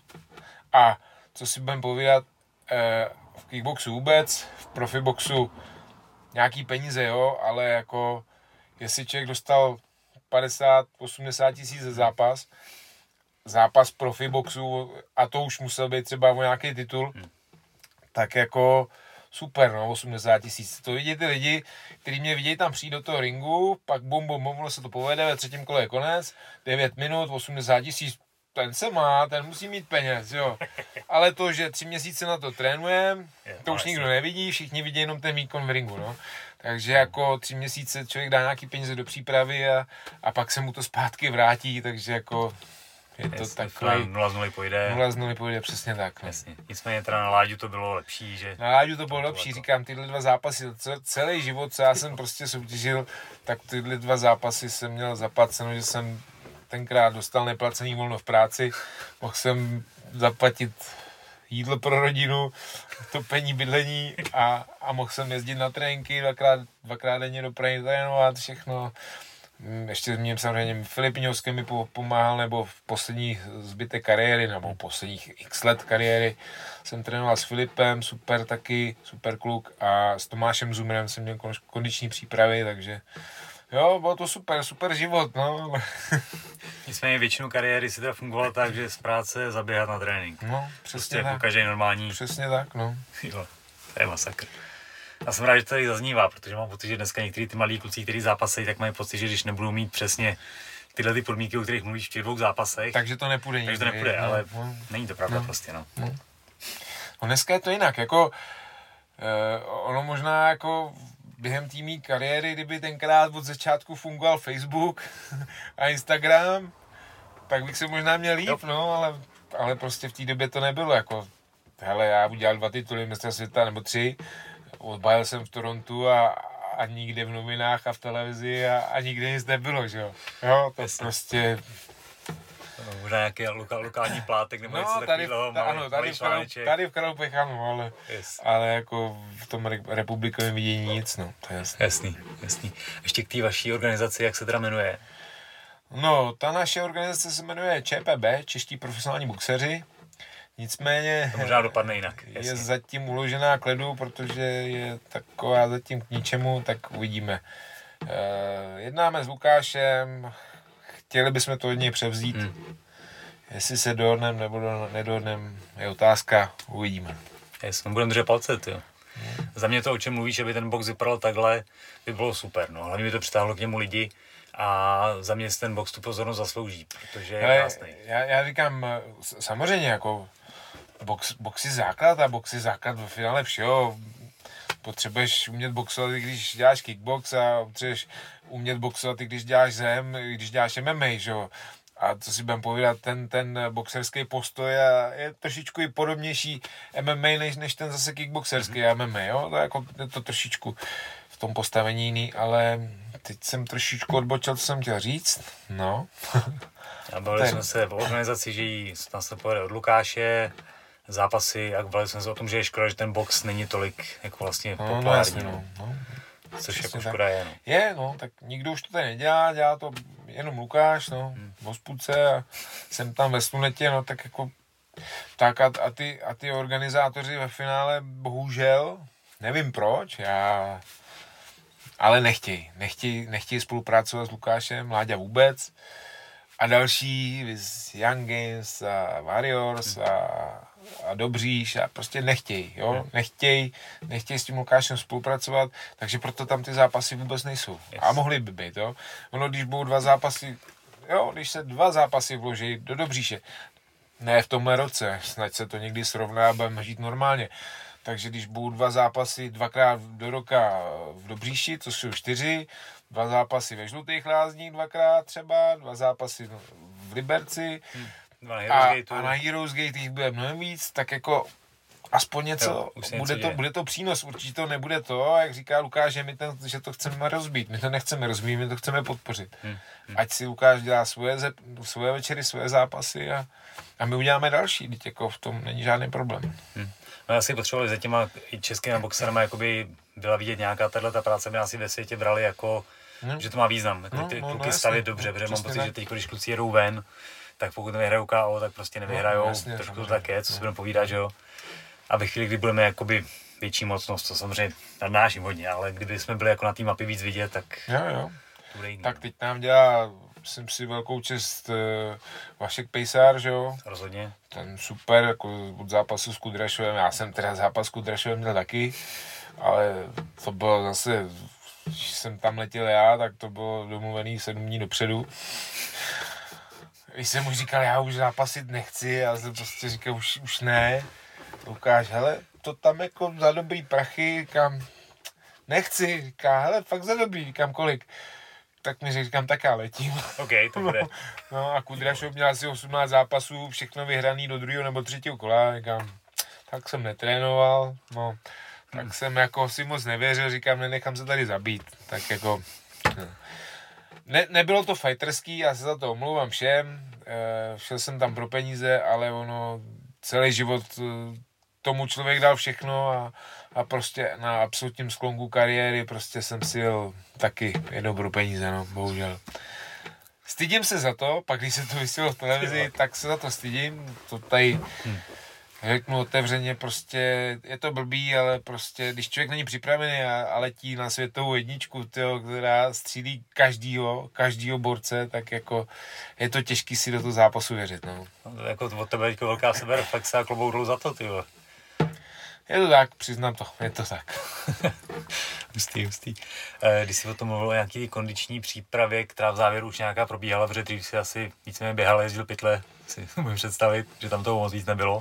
a co si budem povídat, eh, v kickboxu vůbec, v profiboxu nějaký peníze, jo, ale jako jestli člověk dostal padesát osmdesát tisíc za zápas, zápas profiboxu a to už musel být třeba o nějaký titul, hmm. tak jako super, no, osmdesát tisíc. To vidí ty lidi, kteří mě vidějí tam přijít do toho ringu, pak bum, bum, bum, se to povede, ve třetím kole je konec, devět minut, osmdesát tisíc, ten se má, ten musí mít peněz, jo. Ale to, že tři měsíce na to trénujeme, to už nikdo nevidí, všichni vidí jenom ten výkon v ringu, no. Takže jako tři měsíce člověk dá nějaký peníze do přípravy a, a pak se mu to zpátky vrátí, takže jako je to Yes, takový... Nula z nuly pojde. Nula z nuly pojde, přesně tak. No. Jasně. Nicméně teda na Láďu to bylo lepší, že... Na Láďu to bylo lepší, říkám, tyhle dva zápasy, celý život, co já jsem prostě soutěžil, tak tyhle dva zápasy jsem měl zaplaceno, že jsem tenkrát dostal neplacený volno v práci, mohl jsem zaplatit jídlo pro rodinu, topení, bydlení a, a mohl jsem jezdit na tréninky dvakrát, dvakrát denně do Prahy trénovat, všechno. Ještě mě samozřejmě Filip Ňovský mi pomáhal, nebo v posledních zbytek kariéry, nebo posledních x let kariéry jsem trénoval s Filipem, super taky, super kluk, a s Tomášem Zumrem jsem měl kondiční přípravy, takže jo, bylo to super, super život, no. Nicméně většinu kariéry si teda fungovala tak, že z práce zaběhat na trénink. No, přesně prostě tak. jako každý normální. Přesně tak, no. Jo, to je masakr. Já jsem rád, že to tady zaznívá, protože mám pocit, že dneska některý ty malí kluci, kteří zápasejí, tak mají pocit, že když nebudou mít přesně tyhle ty podmínky, o kterých mluvíš v těch dvou zápasech, takže to nepůjde. Takže to nepůjde, no, ale no, není to pravda no, prostě, no. no. No dneska je to jinak, jako eh, ono možná jako během té mý kariéry, kdyby tenkrát od začátku fungoval Facebook a Instagram, tak bych se možná měl líp, no, ale, ale prostě v té době to nebylo, jako hele, já udělal dva tituly mistra světa, nebo tři, odbajil jsem v Torontu a, a nikde v novinách a v televizi a, a nikde nic nebylo, že jo. Jo, to Jasně. Prostě... No, možná nějaký loka, lokální plátek nebo něco no, tady, takového, ta, malý, ano, tady, v Karlu, tady v Karlupech, ano, ale, yes. ale jako v tom re, republikovém vidění nic, no, to je jasný. Jasný, jasný. Ještě k té vaší organizaci, jak se teda jmenuje? No, ta naše organizace se jmenuje Č P B, Čeští profesionální boxeři. Nicméně to možná dopadne jinak. Je jasně. zatím uložená k ledu, protože je taková zatím k ničemu, tak uvidíme. E, jednáme s Lukášem, chtěli bychom to od něj převzít. Hmm. Jestli se dohodneme nebo nedohodneme, je otázka, uvidíme. Jasně, budeme držet palce, tyjo. Hmm. Za mě to, o čem mluvíš, aby ten box vypadal takhle, by bylo super, no. Hlavně by to přitáhlo k němu lidi a za mě ten box tu pozornost zaslouží, protože je Ale krásný. Já, já říkám, samozřejmě jako box, box je základ a box je základ ve finále všeho. Potřebuješ umět boxovat, i když děláš kickbox, a potřebuješ umět boxovat, i když děláš zem, i když děláš M M A, že jo. A co si budeme povídat, ten, ten boxerský postoj je trošičku i podobnější M M A, než, než ten zase kickboxerský mm-hmm. M M A, jo. To je, jako, je to trošičku v tom postavení jiný, ale teď jsem trošičku odbočil, co jsem chtěl říct, no. A bavili jsme se v organizaci, že jí tam se povede od Lukáše, zápasy, a bavili jsme se o tom, že je škoda, že ten box není tolik jako vlastně no, populární. No, jasně, no. No. Což Přesně jako tak. škoda je, no. Je, no, tak nikdo už to tady nedělá, dělá to jenom Lukáš, no, hmm. v hospůdce a jsem tam ve Slunetě, no, tak jako, tak a, a, ty, a ty organizátoři ve finále, bohužel, nevím proč, já, ale nechtějí, nechtějí, nechtějí spolupracovat s Lukášem, Láďa vůbec, a další, z Young Games a Warriors a, a Dobříš a prostě nechtějí, jo, nechtějí, nechtějí s tím Lukášem spolupracovat, takže proto tam ty zápasy vůbec nejsou. Yes. A mohly by být, jo. Ono, když budou dva zápasy, jo, když se dva zápasy vloží do Dobříše, ne v tomhle roce, snad se to někdy srovná a budeme žít normálně. Takže když budou dva zápasy dvakrát do roka v Dobříši, to jsou čtyři, dva zápasy ve Žlutých Lázních dvakrát třeba, dva zápasy v Liberci hmm. a, a na Heroes Gate jich bude mnohem víc, tak jako aspoň něco, jo, bude, něco to, bude to přínos, určitě to nebude to, jak říká Lukáš, že my ten, že to chceme rozbít, my to nechceme rozbít, my to chceme podpořit. Hmm. Hmm. Ať si Lukáš dělá svoje, svoje večery, svoje zápasy a, a my uděláme další, teď jako v tom není žádný problém. Hmm. No já si potřebovali za těma českými boxerama, jakoby byla vidět nějaká tato práce, by nás si ve světě brali jako, no. že to má význam, jako no, ty no, kluky no, stavět dobře, protože mám pocit, že teď, když kluci jedou ven, tak pokud nevyhrajou K O, tak prostě nevyhrajou, no, jasně, trošku to tak je, co no. si budeme povídat, že jo. A ve chvíli, kdy budeme jakoby větší mocnost, to samozřejmě nadnáším hodně, ale kdyby jsme byli jako na té mapě víc vidět, tak jo, jo. to bude jiný. Tak teď nám dělá jsem si velkou čest uh, Vašek Pejsár, že jo? Rozhodně. Ten super, jako od zápasu s Kudrašovem, já jsem teda zápas s Kudrašovem měl taky, ale to bylo zase, když jsem tam letěl já, tak to bylo domluvený sedm dní dopředu. Když jsem mu říkal, já už zápasit nechci, já jsem prostě říkal, už, už ne. Lukáš, hele, to tam jako za dobrý prachy, říkám, nechci, říká, hele, fakt za dobrý, říkám, kolik. Tak mi říkám, tak já letím. OK, to bude. No, no a Kudrašov měl asi osmnáct zápasů, všechno vyhraný do druhého nebo třetího kola, říkám, tak jsem netrénoval, no, tak hmm. jsem jako si moc nevěřil, říkám, nenechám se tady zabít, tak jako, ne, nebylo to fighterský, já se za to omlouvám všem, e, šel jsem tam pro peníze, ale ono, celý život tomu člověk dal všechno a, a prostě na absolutním sklonku kariéry prostě jsem si jel taky jednou pro peníze, no, bohužel. Stydím se za to, pak když se to vysílalo v televizi, tak se za to stydím, to tady hmm. řeknu otevřeně, prostě je to blbý, ale prostě když člověk není připravený a, a letí na světovou jedničku, tyjo, která střílí každýho, každýho borce, tak jako je to těžký si do toho zápasu věřit, no. no jako od tebe jako velká sebereflexe a klobouk dolů za to, tyjo. Je to tak, přiznám to, je to tak. hustý, hustý. Když jsi o tom mluvil o nějaký kondiční přípravě, která v závěru už nějaká probíhala, protože dřív si asi víceméně běhal, jezdil pytle, si můžu představit, že tam toho moc víc nebylo.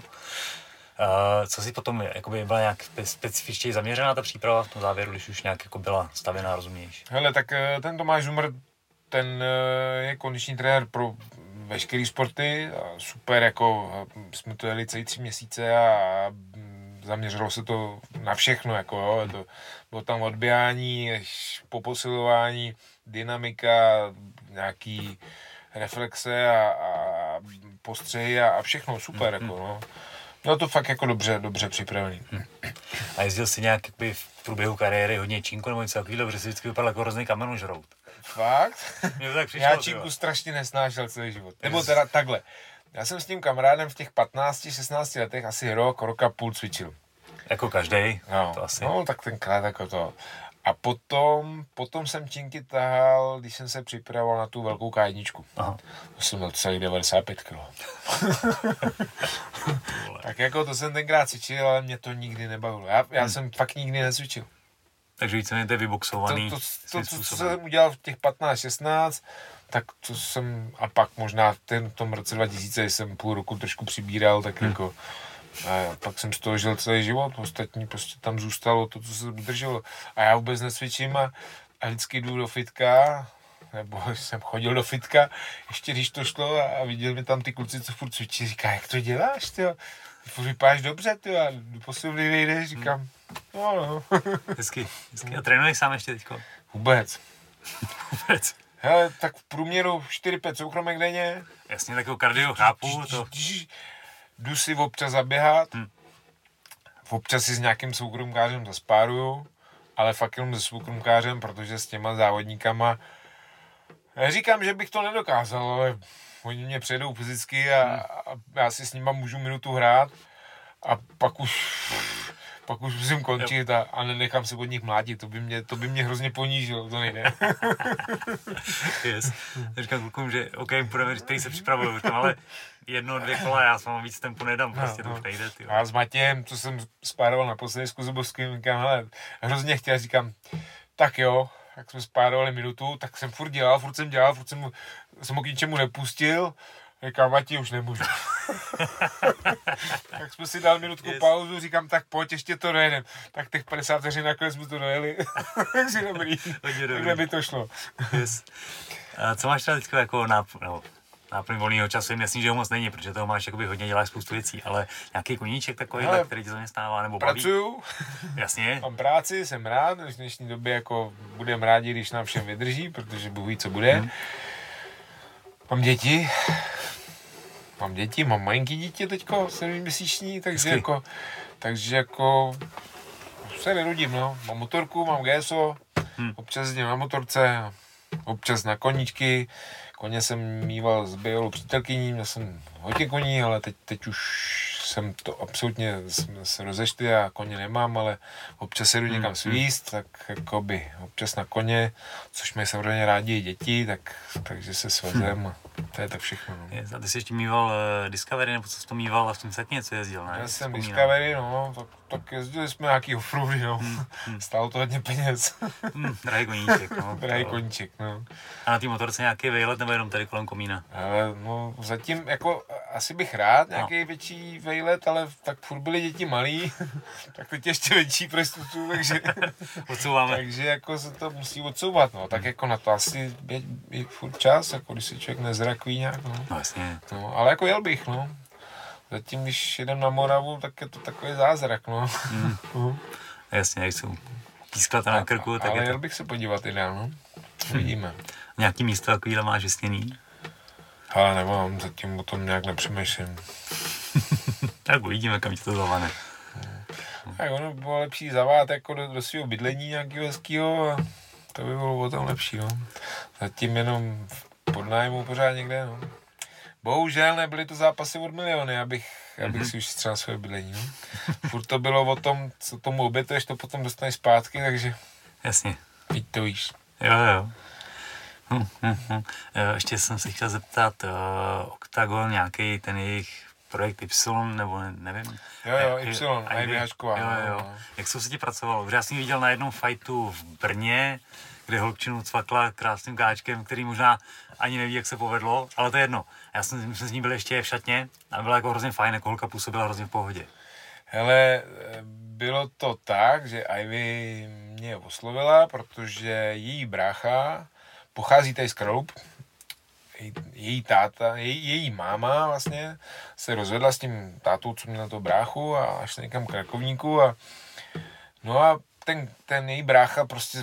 Co si potom, jakoby byla nějak specifičtěji zaměřená ta příprava v tom závěru, když už nějak jako byla stavěná, rozumíš? Hele, tak ten Tomáš Žumr, ten je kondiční trenér pro veškerý sporty, super, jako jsme to jeli celý tři měsíce a zaměřilo se to na všechno, jako jo, to, bylo tam odběhání, po posilování, dynamika, nějaký reflexe a, a postřehy a, a všechno super, mm, jako no. Bylo to fakt jako dobře, dobře připravený. Mm. A jezdil jsi nějak jakby v průběhu kariéry hodně čínku nebo něco takového, protože jsi vždycky vypadal jako hrozný kamenožrout. Fakt? Mně to tak přišlo, já čínku strašně nesnášel celý život. Nebo teda takhle. Já jsem s tím kamarádem v těch patnácti šestnácti letech asi rok, rok a půl cvičil. Jako každej? No, to asi. No, tak tenkrát jako to. A potom, potom jsem činky tahal, když jsem se připravoval na tu velkou ká jedna. Aha. To jsem měl celý devadesát pět kilo. Tak jako to jsem tenkrát cvičil, ale mě to nikdy nebavilo. Já, já hmm. jsem fakt nikdy necvičil. Takže víceméně to je vyboxovaný. To, to, to, to, to co jsem udělal v těch patnáct šestnáct, tak to jsem, a pak možná v, ten, v tom roce dva tisíce jsem půl roku trošku přibíral, tak hmm. jako, a pak jsem z toho žil celý život, ostatní prostě tam zůstalo to, co se udrželo. A já vůbec necvičím a, a vždycky jdu do fitka, nebo jsem chodil do fitka, ještě když to šlo a, a viděl mi tam ty kluci, co furt cvičí, říká, jak to děláš, tyjo? Ty furt vypadáš dobře, tyjo, a do posilovny nejdeš, říkám, hmm. no, no. Hezky, hezky. A trénuješ sám ještě teďko? Vůbec. Vůbec. Hele, tak v průměru čtyři pět soukromek denně. Jasně, takovou kardio chápu. To... Jdu si občas zaběhat, hmm. občas si s nějakým soukromkářem zaspáruju, ale fakt jenom se soukromkářem, protože s těma závodníkama, neříkám, že bych to nedokázal, ale oni mě přejdou fyzicky a, hmm. a já si s nima můžu minutu hrát a pak už... pak už musím končit a, a nenechám se od nich mlátit, to by mě, to by mě hrozně ponížilo, to nejde. Yes. Říkám klukům, že OK, půjdeme, který se připravují, ale jedno, dvě kola, já s vám víc tempu nedám, prostě no, to už nejde. Tyjo. A s Matějem, co jsem spároval naposledy s Kuzubovským, říkám, hele, hrozně chtěl, říkám, tak jo, jak jsme spárovali minutu, tak jsem furt dělal, furt jsem dělal, furt jsem, mu, jsem ho k ničemu nepustil, říkám, Mati, už nemůžu. Tak jsme si dali minutku yes. pauzu, říkám, tak pojď, ještě to dojedem. Tak těch padesát vteřin nakonec jsme to dojeli. Takže dobrý. Takhle by to šlo. Yes. A co máš teda teďka jako náp- no, náplň volného času? Je jasný, že ho moc není, protože toho máš jakoby hodně, děláš spoustu věcí, ale nějaký koníček takový, hele, který tě zaměstnává nebo baví? Pracuju. Jasně. Mám práci, jsem rád, v dnešní době jako budem rádi, když nám všem vydrží, protože Bůh ví, co bude. Hmm. Mám děti. Mám děti, mám malinký dítě teďko, sedmiměsíční, takže jako, takže jako se nenudím, no. Mám motorku, mám G S O, hmm. občas jezdím na motorce, občas na koníčky, koně jsem mýval s bývalou přítelkyní, měl jsem hodně koní, ale teď, teď už jsem to absolutně se rozešli a koně nemám, ale občas se jdu někam svíst, tak jakoby občas na koně, což mají samozřejmě rádi i děti, tak, takže se svezem a to je tak všechno. No. Je, a ty jsi ještě mýval uh, Discovery, nebo co jsi to mýval a v tom set něco jezdil, ne? Já jsem Discovery, no, tak, tak jezdili jsme nějaký offroady, no. Hmm, hmm. Stálo to hodně peněz. Hmm, drahý koníček, no. Drahý koníček, no. A na té motorce nějaký vejlet nebo jenom tady kolem komína? Ale no zatím jako asi bych rád nějaký no. větší vejlet, ale tak furt byly děti malí, tak teď ještě větší pro jistotu, takže odsouváme. Takže jako se to musí odsouvat, no, tak jako na to asi je, je furt čas, jako když si člověk nezrakví nějak, no. No jasně. No, ale jako jel bych, no. Zatím, když jedem na Moravu, tak je to takový zázrak, no. Mm. uh. Jasně, jak jsou písklata na krku, a, tak ale je to... jel bych se podívat ideál, no. Uvidíme. Hmm. Nějaký místo takovýhle máš vysněný? Ale nemám, zatím o tom nějak nepřemýšlím. Tak uvidíme, kam tě to zavane. Tak ono by bylo lepší zavát jako do, do svého bydlení nějakého hezkýho a to by bylo o tom lepší, no. Zatím jenom v podnájmu pořád někde, no. Bohužel nebyly to zápasy od miliony, abych, abych mm-hmm. si už střel své bydlení, no. Furt to bylo o tom, co tomu obětuješ, to potom dostaneš zpátky, takže... Jasně. Víš to víš. Jo, jo. Hm, hm, hm. Ještě jsem se chtěl zeptat, uh, Octagon, nějaký ten jejich projekt Y, nebo ne, nevím. Jo, jo, Y, Ivy Hašková. Jo, jo. Jak jsou se ti pracovalo? Protože já jsem viděl na jednom fightu v Brně, kde holčinu cvakla krásným káčkem, který možná ani neví, jak se povedlo, ale to je jedno. Já jsem, jsme s ní byli ještě v šatně a byla jako hrozně fajn, jako holka působila hrozně v pohodě. Hele, bylo to tak, že Ivy mě oslovila, protože její brácha pochází tady z Kralup. Její, její táta, její, její máma vlastně se rozvedla s tím tátou, co měl to bráchu a šli někam k Rakovníku a no a ten, ten její brácha prostě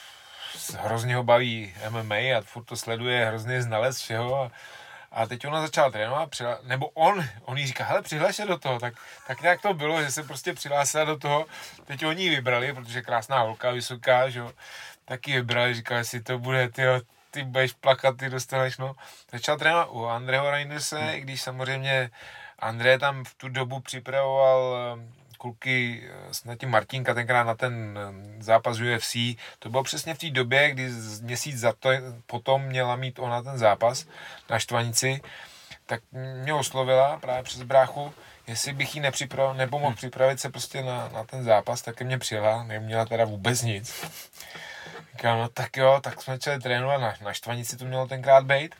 hrozně ho baví M M A a furt to sleduje, hrozně znalec všeho a, a teď ona začala trénovat, přihla, nebo on, on jí říká, hele, přihlaš se do toho, tak, tak nějak to bylo, že se prostě přihlásila do toho, teď oni ji vybrali, protože krásná holka, vysoká, že jo, taky vybrali, říkali, jestli to bude, tyjo, ty budeš plakat, ty dostaneš, no. Začal trénovat u Andreho Reinderse, hmm. i když samozřejmě André tam v tu dobu připravoval kluky, snad tím Martinka tenkrát na ten zápas U F C. To bylo přesně v té době, kdy měsíc za to potom měla mít ona ten zápas na Štvanici, tak mě oslovila právě přes bráchu, jestli bych jí nepřipravil, nebo mohl připravit se prostě na, na ten zápas, tak ke mně přijela, neměla teda vůbec nic. Říkám, no tak jo, tak jsme začali trénovat, na, na Štvanici to mělo tenkrát být.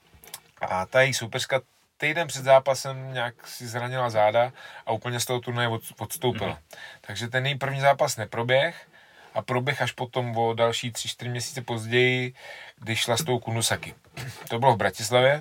A ta její soupeřka týden před zápasem nějak si zranila záda a úplně z toho turnaje od, odstoupila. Mm-hmm. Takže ten její první zápas neproběh a proběh až potom o další tři čtyři měsíce později, když šla s tou Kunusaki. To bylo v Bratislavě.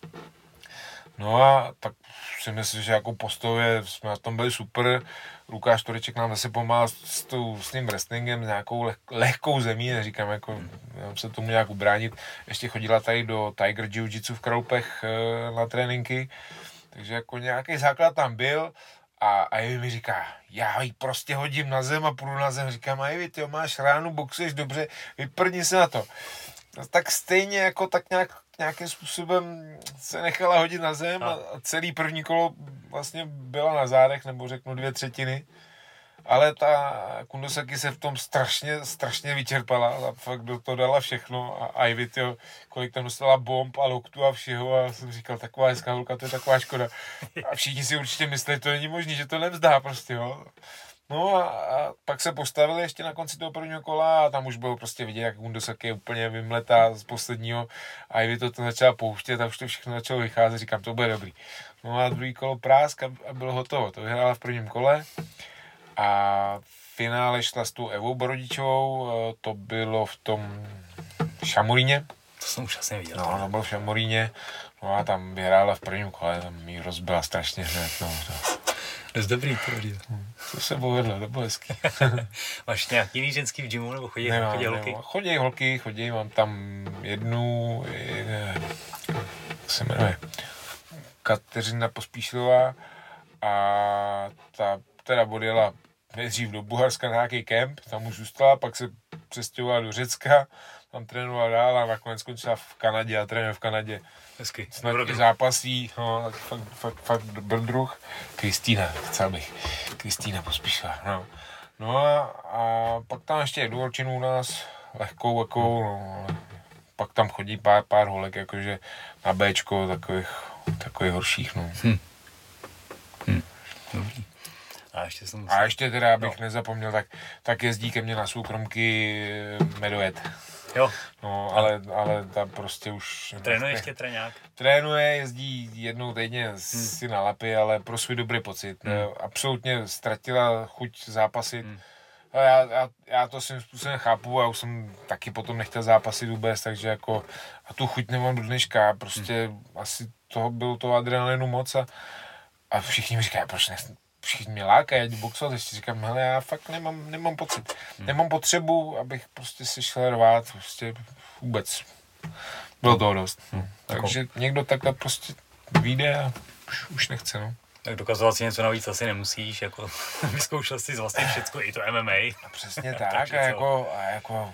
No a tak si myslím, že jako postově jsme na tom byli super. Lukáš Tureček nám zase pomáhal s, tou, s tím wrestlingem, s nějakou leh, lehkou zemí, neříkám, jako já se tomu nějak ubránit. Ještě chodila tady do Tiger Jiu-Jitsu v Kralupech e, na tréninky, takže jako nějaký základ tam byl a, a Ivy mi říká, já ji prostě hodím na zem a půjdu na zem. Říkám, Ivy, ty máš ránu, boxuješ dobře, vyprdni se na to. No, tak stejně jako tak nějak nějakým způsobem se nechala hodit na zem a celý první kolo vlastně byla na zádech, nebo řeknu dvě třetiny. Ale ta Kundosaki se v tom strašně, strašně vyčerpala a fakt do toho dala všechno a Ivy, tyjo, kolik tam dostala bomb a loktu a všeho a jsem říkal, taková hezká holka, to je taková škoda. A všichni si určitě mysleli, to není možné, že to nevzdá prostě, jo. No a, a pak se postavili ještě na konci toho prvního kola a tam už bylo prostě vidět, jak Kundosaki je úplně vymletá z posledního a Ivy to, to začala pouštět a už to všechno začalo vycházet, říkám, to bude dobrý. No a druhý kolo prásk a, a bylo hotovo, to vyhrála v prvním kole a v finále šla s tou Evou Borodičovou, to bylo v tom Šamoríně. To jsem už asi neviděl. No, to bylo v Šamoríně, no a tam vyhrála v prvním kole, tam jí rozbila strašně hned, no. To je dobrý, to je. To se povedlo, to bylo hezký. Máš nějaký jiný ženský v gymu, nebo chodí, nemám, chodí holky? Nemám. Chodí holky, chodí, mám tam jednu, je, jak se jmenuje, Kateřina Pospíšilová a ta teda odjela nejdřív do Bulharska na nějaký kemp, tam už zůstala, pak se přestěhovala do Řecka, tam trénovala dál a nakonec skončila v Kanadě a trénuje v Kanadě. Hezky. Snad i zápasí, no, tak fakt, fakt, fakt byl druh. Kristýna, chcel bych. Kristýna Pospíšila, no. No a, a pak tam ještě jednu holčinu u nás, lehkou, jakou, no, pak tam chodí pár, pár holek, jakože na Bčko, takových, takových horších, no. Hm. Hm. Dobrý. A ještě jsem musel... A ještě teda, abych no. nezapomněl, tak, tak jezdí ke mně na soukromky Medojet. Jo. No, ale, ale ta prostě už... Trénuje ještě treňák? Trénuje, jezdí jednou týdně hmm. si na lapy, ale pro svůj dobrý pocit. Hmm. Absolutně ztratila chuť zápasit. Hmm. Já, já, já to svým způsobem chápu a už jsem taky potom nechtěl zápasit vůbec, takže jako a tu chuť nemám do dneška. Prostě hmm. asi toho bylo toho adrenalinu moc a, a všichni mi říkají, proč ne, všichni mě lákají, ať boxovat, ještě říkám, hele, já fakt nemám, nemám pocit. Hmm. Nemám potřebu, abych prostě si šel rvát, prostě vůbec. Bylo toho dost. Hmm. Takže jako... někdo takhle prostě vyjde a už, už nechce, no. Tak dokazovat si něco navíc asi nemusíš, jako vyzkoušel jsi vlastně všecko, i to M M A. A přesně tak, a jako, a jako,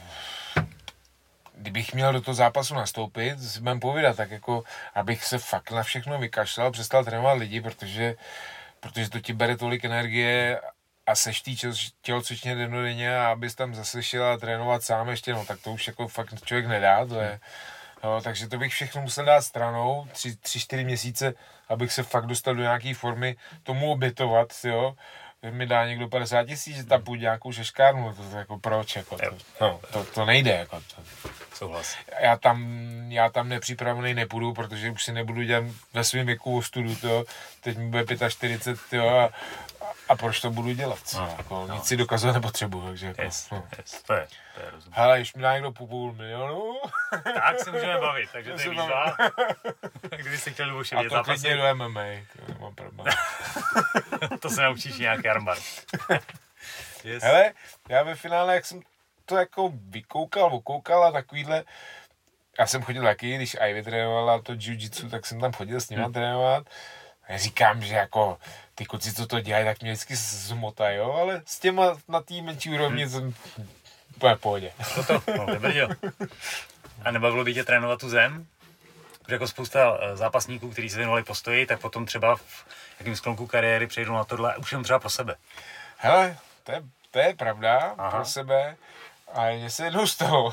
kdybych měl do toho zápasu nastoupit, si budem povídat, tak jako, abych se fakt na všechno vykašlal, přestal trénovat lidi, protože, protože to ti bere tolik energie a seš tý tělocvičně dennodenně a abys tam zase šel a trénovat sám ještě, no tak to už jako fakt člověk nedá, to je... No, takže to bych všechno musel dát stranou, tři, tři, čtyři měsíce, abych se fakt dostal do nějaké formy, tomu obětovat, jo. Když mi dá někdo padesát tisíc, že tam půjde nějakou šeškárnu, to, to jako proč, jako to, no, to, to nejde, jako to. Souhlas. Já tam, já tam nepřipravený nepůjdu, protože už si nebudu dělat ve svém věku ostudu, to, teď mi bude čtyřicet pět, jo, a, a proč to budu dělat, no, jako, no. Nic si dokazovat nepotřebuji, takže jako, yes, no. yes, to je, to je rozumím. Hele, když mi dá někdo půl, půl milionu, tak se můžeme bavit, takže to je výzva. Kdyby si chtěl Luboše vidět zápasy. A to klidně do M M A, to nemám problém. To se naučíš nějaký armbar. Yes. Hele, já ve finále, jak jsem to jako vykoukal, okoukal a takovýhle, já jsem chodil taky, když Ivy trénovala to jiu-jitsu, tak jsem tam chodil s nima hmm. trénovat. Já říkám, že jako ty kluci, co to dělají, tak mě vždycky zmotají, jo, ale s těma na té menší úrovni hmm. jsem úplně v pohodě. No to, no to A nebavilo by tě trénovat tu zem? Protože jako spousta zápasníků, kteří se věnovali postoji, tak potom třeba v jakým sklonku kariéry přejdou na tohle už jen třeba pro sebe. Hele, to je, to je pravda, Aha. pro sebe, ale mně se jednou stalo.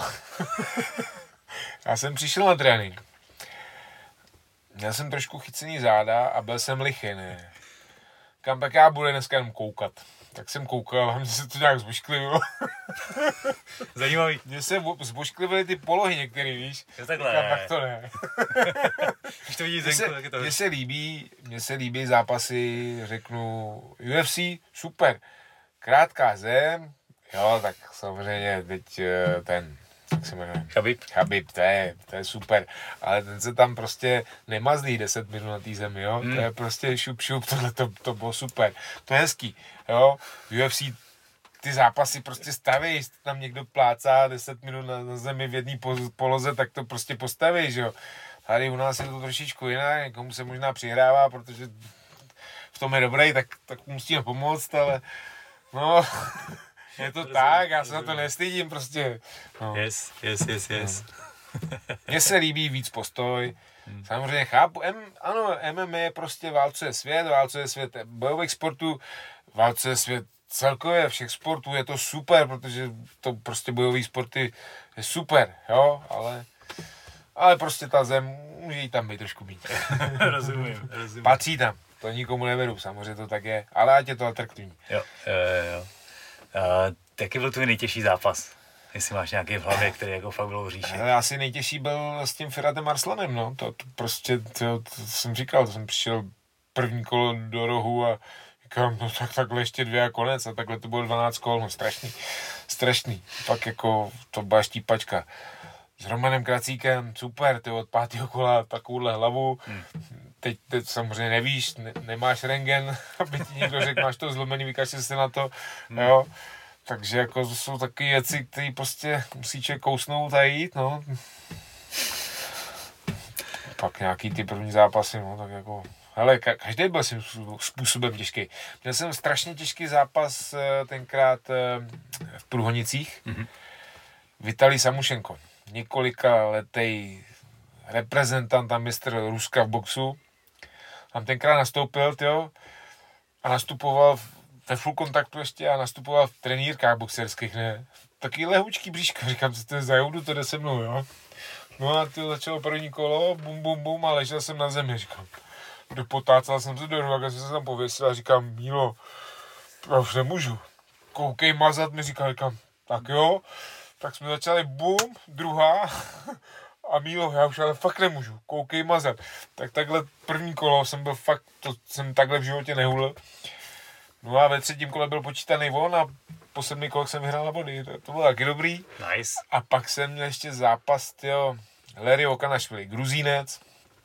Já jsem přišel na trénink. Měl jsem trošku chycený záda a byl jsem lichý, ne. Kam tak já budu dneska jenom koukat. Tak jsem koukal a mně se to nějak zbošklivilo. Zajímavý. Mně se zbošklivily ty polohy některý, víš. Je takhle. Říkám, tak to ne. Když to vidíš zenku, tak je to... Mně se líbí, mně se líbí zápasy, řeknu, U F C, super. Krátká zem, jo, tak samozřejmě teď ten, jak se jmenuje? Chabib. Chabib, to je, to je super, ale ten se tam prostě nemazlí deset minut na té zemi, jo, hmm. to je prostě šup, šup, tohle to, to bylo super, to je hezký, jo, U F C ty zápasy prostě staví, jestli tam někdo plácá deset minut na, na zemi v jedné poloze, tak to prostě postaví, že jo. Tady u nás je to trošičku jinak, někomu se možná přihrává, protože v tom je dobrý, tak, tak musíme pomoct, ale no, je to rozumím, tak, já se na to nestydím prostě. No. Yes, yes, yes, yes. Mně se líbí víc postoj, hmm. samozřejmě chápu, M, ano, M M A je prostě válcuje svět, válcuje svět bojových sportů, válcuje svět celkově všech sportů, je to super, protože to prostě bojový sporty je super, jo, ale, ale prostě ta zem může jí tam být trošku být. rozumím, rozumím. Patří tam, to nikomu nevedu, samozřejmě to tak je, ale ať je to atraktivní. Jo, jo, jo. Uh, jaký byl tvůj nejtěžší zápas? Jestli máš nějaký v hlavě, který jako fakt bylo v říši. Ale asi nejtěžší byl s tím Firatem Arslanem, no, to, to prostě, to, to jsem říkal, to jsem přišel první kolo do rohu a říkám, no tak takhle ještě dvě a konec a takhle to bylo dvanáct kol, no strašný, strašný, pak jako to byla štípačka. S Romanem Kracíkem, super, ty od pátého kola takovouhle hlavu, hmm. teď, teď samozřejmě nevíš, ne, nemáš rentgen, aby ti někdo řekl, máš to zlomený, vykašli se na to, hmm. jo. Takže jako to jsou takové věci, které prostě musí člověk kousnout a jít, no. Pak nějaký ty první zápasy, no, tak jako... Hele, každý byl svým způsobem těžký. Měl jsem strašně těžký zápas tenkrát v Průhonicích. Mm-hmm. Vitalij Samušenko. několika letej reprezentant a mistr Ruska v boxu. Tam tenkrát nastoupil, tyjo, a nastupoval ve full kontaktu ještě a nastupoval v trenýrkách boxerských, ne. Taky lehučký bříško, říkám, co to je za joudu, to jde se mnou, jo. No a ty začalo první kolo, bum, bum, bum, a ležel jsem na zemi, říkám. Potácal jsem se do rohu, a jsem se tam pověsil a říkám, Mílo, já už nemůžu. Koukej mazat, mi říkal, říkám, tak jo. Tak jsme začali, bum, druhá. A Mílo, já už ale fakt nemůžu, koukej mazat. Tak takhle první kolo jsem byl fakt, to jsem takhle v životě nehulil. No a ve třetím kole byl počítaný on a po sedmi kolech jsem vyhrál na body, to, to bylo taky dobrý. Nice. A pak jsem měl ještě zápas, tyjo, Larry Okanašvili, Gruzínec.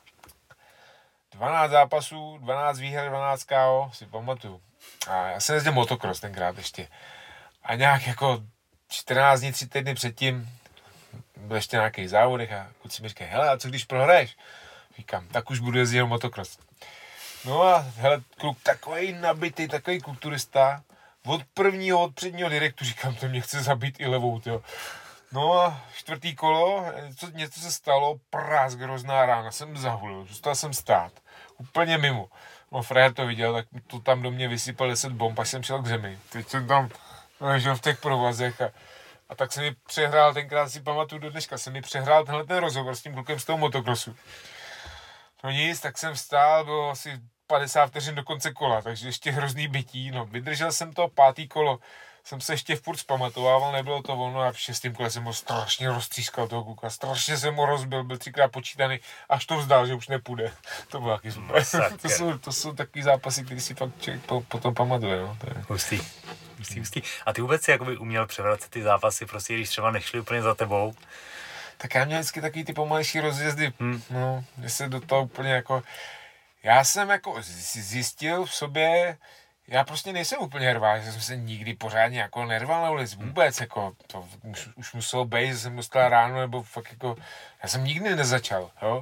dvanáct zápasů, dvanáct výher, dvanáct ká ó, si pamatuju. A já jsem jezdil motocross tenkrát ještě. A nějak jako čtrnáct dní, tři týdny předtím byl ještě nějaký závodech a kluci mi říkají, hele, a co když prohraješ? Říkám, tak už budu jezdit motocross. No a hele, kluk takový nabitý, takový kulturista, od prvního, od předního direktu, říkám, to mě chce zabít i levou, tyjo. No a čtvrtý kolo, něco, něco se stalo, prásk, hrozná rána, jsem zahulil, zůstal jsem stát, úplně mimo. No frajer to viděl, tak to tam do mě vysypal deset bomb, pak jsem šel k zemi. Teď jsem tam ležel v těch provazech a, a tak se mi přehrál, tenkrát si pamatuju do dneška, se mi přehrál tenhle ten rozhovor s tím klukem z toho motocrossu. No nic, tak jsem vstál, bylo asi padesát vteřin do konce kola, takže ještě hrozný bytí, no vydržel jsem to, pátý kolo, jsem se ještě furt zpamatovával, nebylo to ono a v šestém kole jsem ho strašně roztřískal toho kluka, strašně jsem ho rozbil, byl třikrát počítaný, až to vzdal, že už nepůjde. To bylo taky super. to, jsou, to jsou takový zápasy, který si fakt člověk po, potom pamatuje, no. To je. Hustý. Hustý, hustý. A ty vůbec si jakoby uměl převracet ty zápasy, prostě když třeba nešli úplně za tebou? Tak já měl vždycky takový ty pomalejší rozjezdy, hmm. no, že se do toho úplně jako, já jsem jako zjistil v sobě, já prostě nejsem úplně rváč, že jsem se nikdy pořádně jako nerval na ulici, vůbec, jako, to už, už muselo být, že jsem dostal ráno, nebo fakt jako, já jsem nikdy nezačal, jo,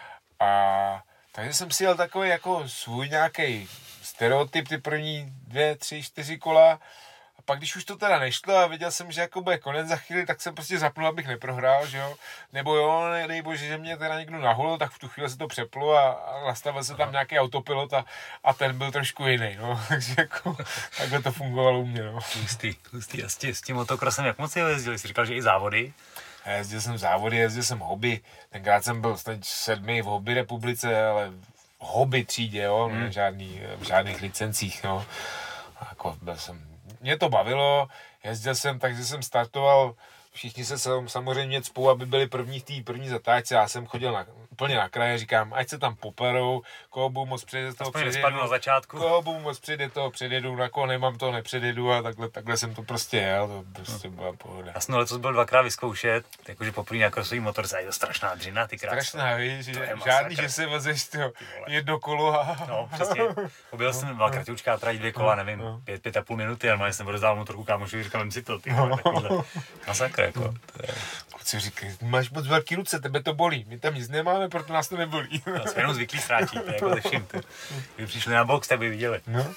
a takže jsem si jel takový jako svůj nějaký stereotyp, ty první dvě, tři, čtyři kola, a pak když už to teda nešlo a viděl jsem, že jako bude konec za chvíli, tak jsem prostě zapnul, abych neprohrál, že jo, nebo jo, nedej bože, že mě teda někdo nahulil, tak v tu chvíli se to přeplo a, a nastavil se tam nějaký autopilot a, a ten byl trošku jiný, no, takže jako takhle to fungovalo u mě, no. Hustý, hustý. A s tím, s tím motokrosem, jak moc jsi jezdil? Jsi říkal, že i závody? Já jezdil jsem závody, jezdil jsem hobby, tenkrát jsem byl snad sedmý v hobby republice, ale v hobby třídě, jo, hmm. žádný, v žádných licencích, no, a jako byl jsem, mě to bavilo, jezdil jsem, takže jsem startoval, všichni se samozřejmě cpou, aby byli první v té první zatáčce, já jsem chodil na, úplně na kraje, říkám, ať se tam poperou, koho budu moc předjet, toho předjedu, na začátku. koho budu moc předjet, toho předjedu, na koho nemám, toho nepředjedu a takhle, takhle jsem to prostě jel, to prostě byla pohoda. Já jsem letos byl dvakrát vyzkoušet, jakože poprvé na krosový motorce, a je to strašná dřina, ty krásy. Strašná, víš, že žádný, že se vezeš tyho, jedno kolo a... No, přesně. Objel jsem, byla kratičká trať, dvě kola, nevím, no. pět, pět a půl minuty, ale jsem odezdal motorku kámošovi, říkám, si to, ty vole, takovýhle. Masakr, jako. Kluci říkají, máš moc velký ruce, tebe to bolí, my tam nic nemáme, proto nás to nebolí. No, jsme jenom zvyklí sráčí, to je jako ze vším, ty. Kdyby přišli na box, tak by viděli. No.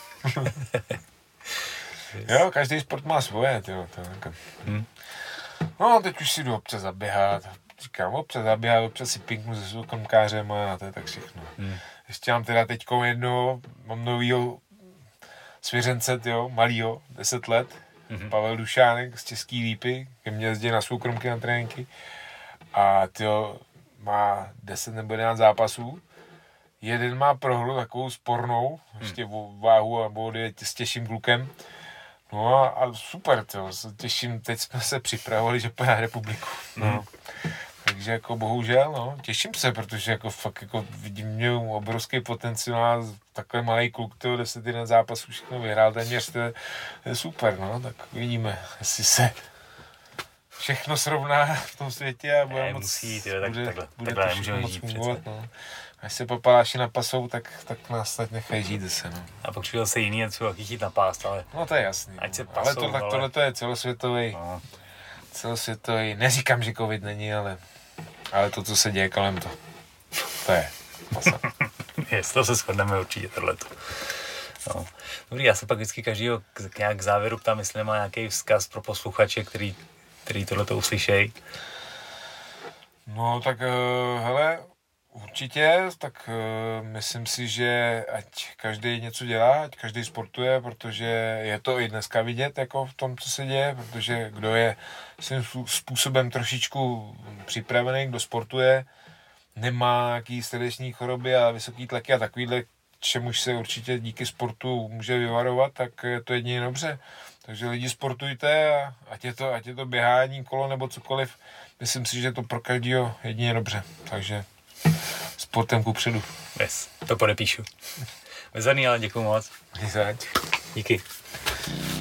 Jo, každý sport má svoje, tyjo, to jako. Hmm. No, teď už si jdu občas zaběhat, říkám, občas zaběhat, občas si pinknu se soukromkářem a to je tak všechno. Hmm. Ještě mám teda teďko jedno, mám novýho svěřence, tyjo, malýho, deset let, mm-hmm. Pavel Dušánek z Český Lípy, ke mně jezdí na soukromky, na tréninky a tyjo, má deset nebo jedenáct zápasů. Jeden má prohru takovou spornou, hmm. ještě o váhu a body s těžším klukem. No a, a super, tyjo, se těším, teď jsme se připravovali, že pojede na republiku. No. Hmm. Takže jako bohužel, no, těším se, protože jako fakt jako vidím mě obrovský potenciál, takový malý kluk, tyjo, deset jedenáct zápasů všechno vyhrál téměř, to je, to je super, no, tak vidíme, jestli se všechno srovná v tom světě a bude ne, moc, musí, tyjo, tak, bude, takhle, bude takhle to všechno moc žít, fungovat, no. Až se papaláši napasou, tak, tak nás tak nechají žít zase, no. A pak přijde se jiný, co chytit na pást, ale... No to je jasný, ať se no. pasou, ale to, tak ale... tohle to je celosvětový, no. celosvětový, neříkám, že covid není, ale, ale to, co se děje kolem to, to je masa. Jest, to se shodneme určitě tohleto. No. Dobrý, já se pak vždycky každýho k, nějak k závěru ptám, jestli má nějaký vzkaz pro posluchače, který, který tohleto uslyšejí. No tak uh, hele, určitě, tak uh, myslím si, že ať každý něco dělá, ať každý sportuje, protože je to i dneska vidět jako v tom, co se děje, protože kdo je svým způsobem trošičku připravený, kdo sportuje, nemá nějaký srdeční choroby a vysoký tlaky a takovýhle, čemuž se určitě díky sportu může vyvarovat, tak je to jedině dobře. Takže lidi sportujte a ať je to, ať je to běhání, kolo nebo cokoliv, myslím si, že je to pro každého jedině dobře. Takže sportem kupředu. Yes, to podepíšu. Bezvadný, ale děkuju moc. Zač. Díky.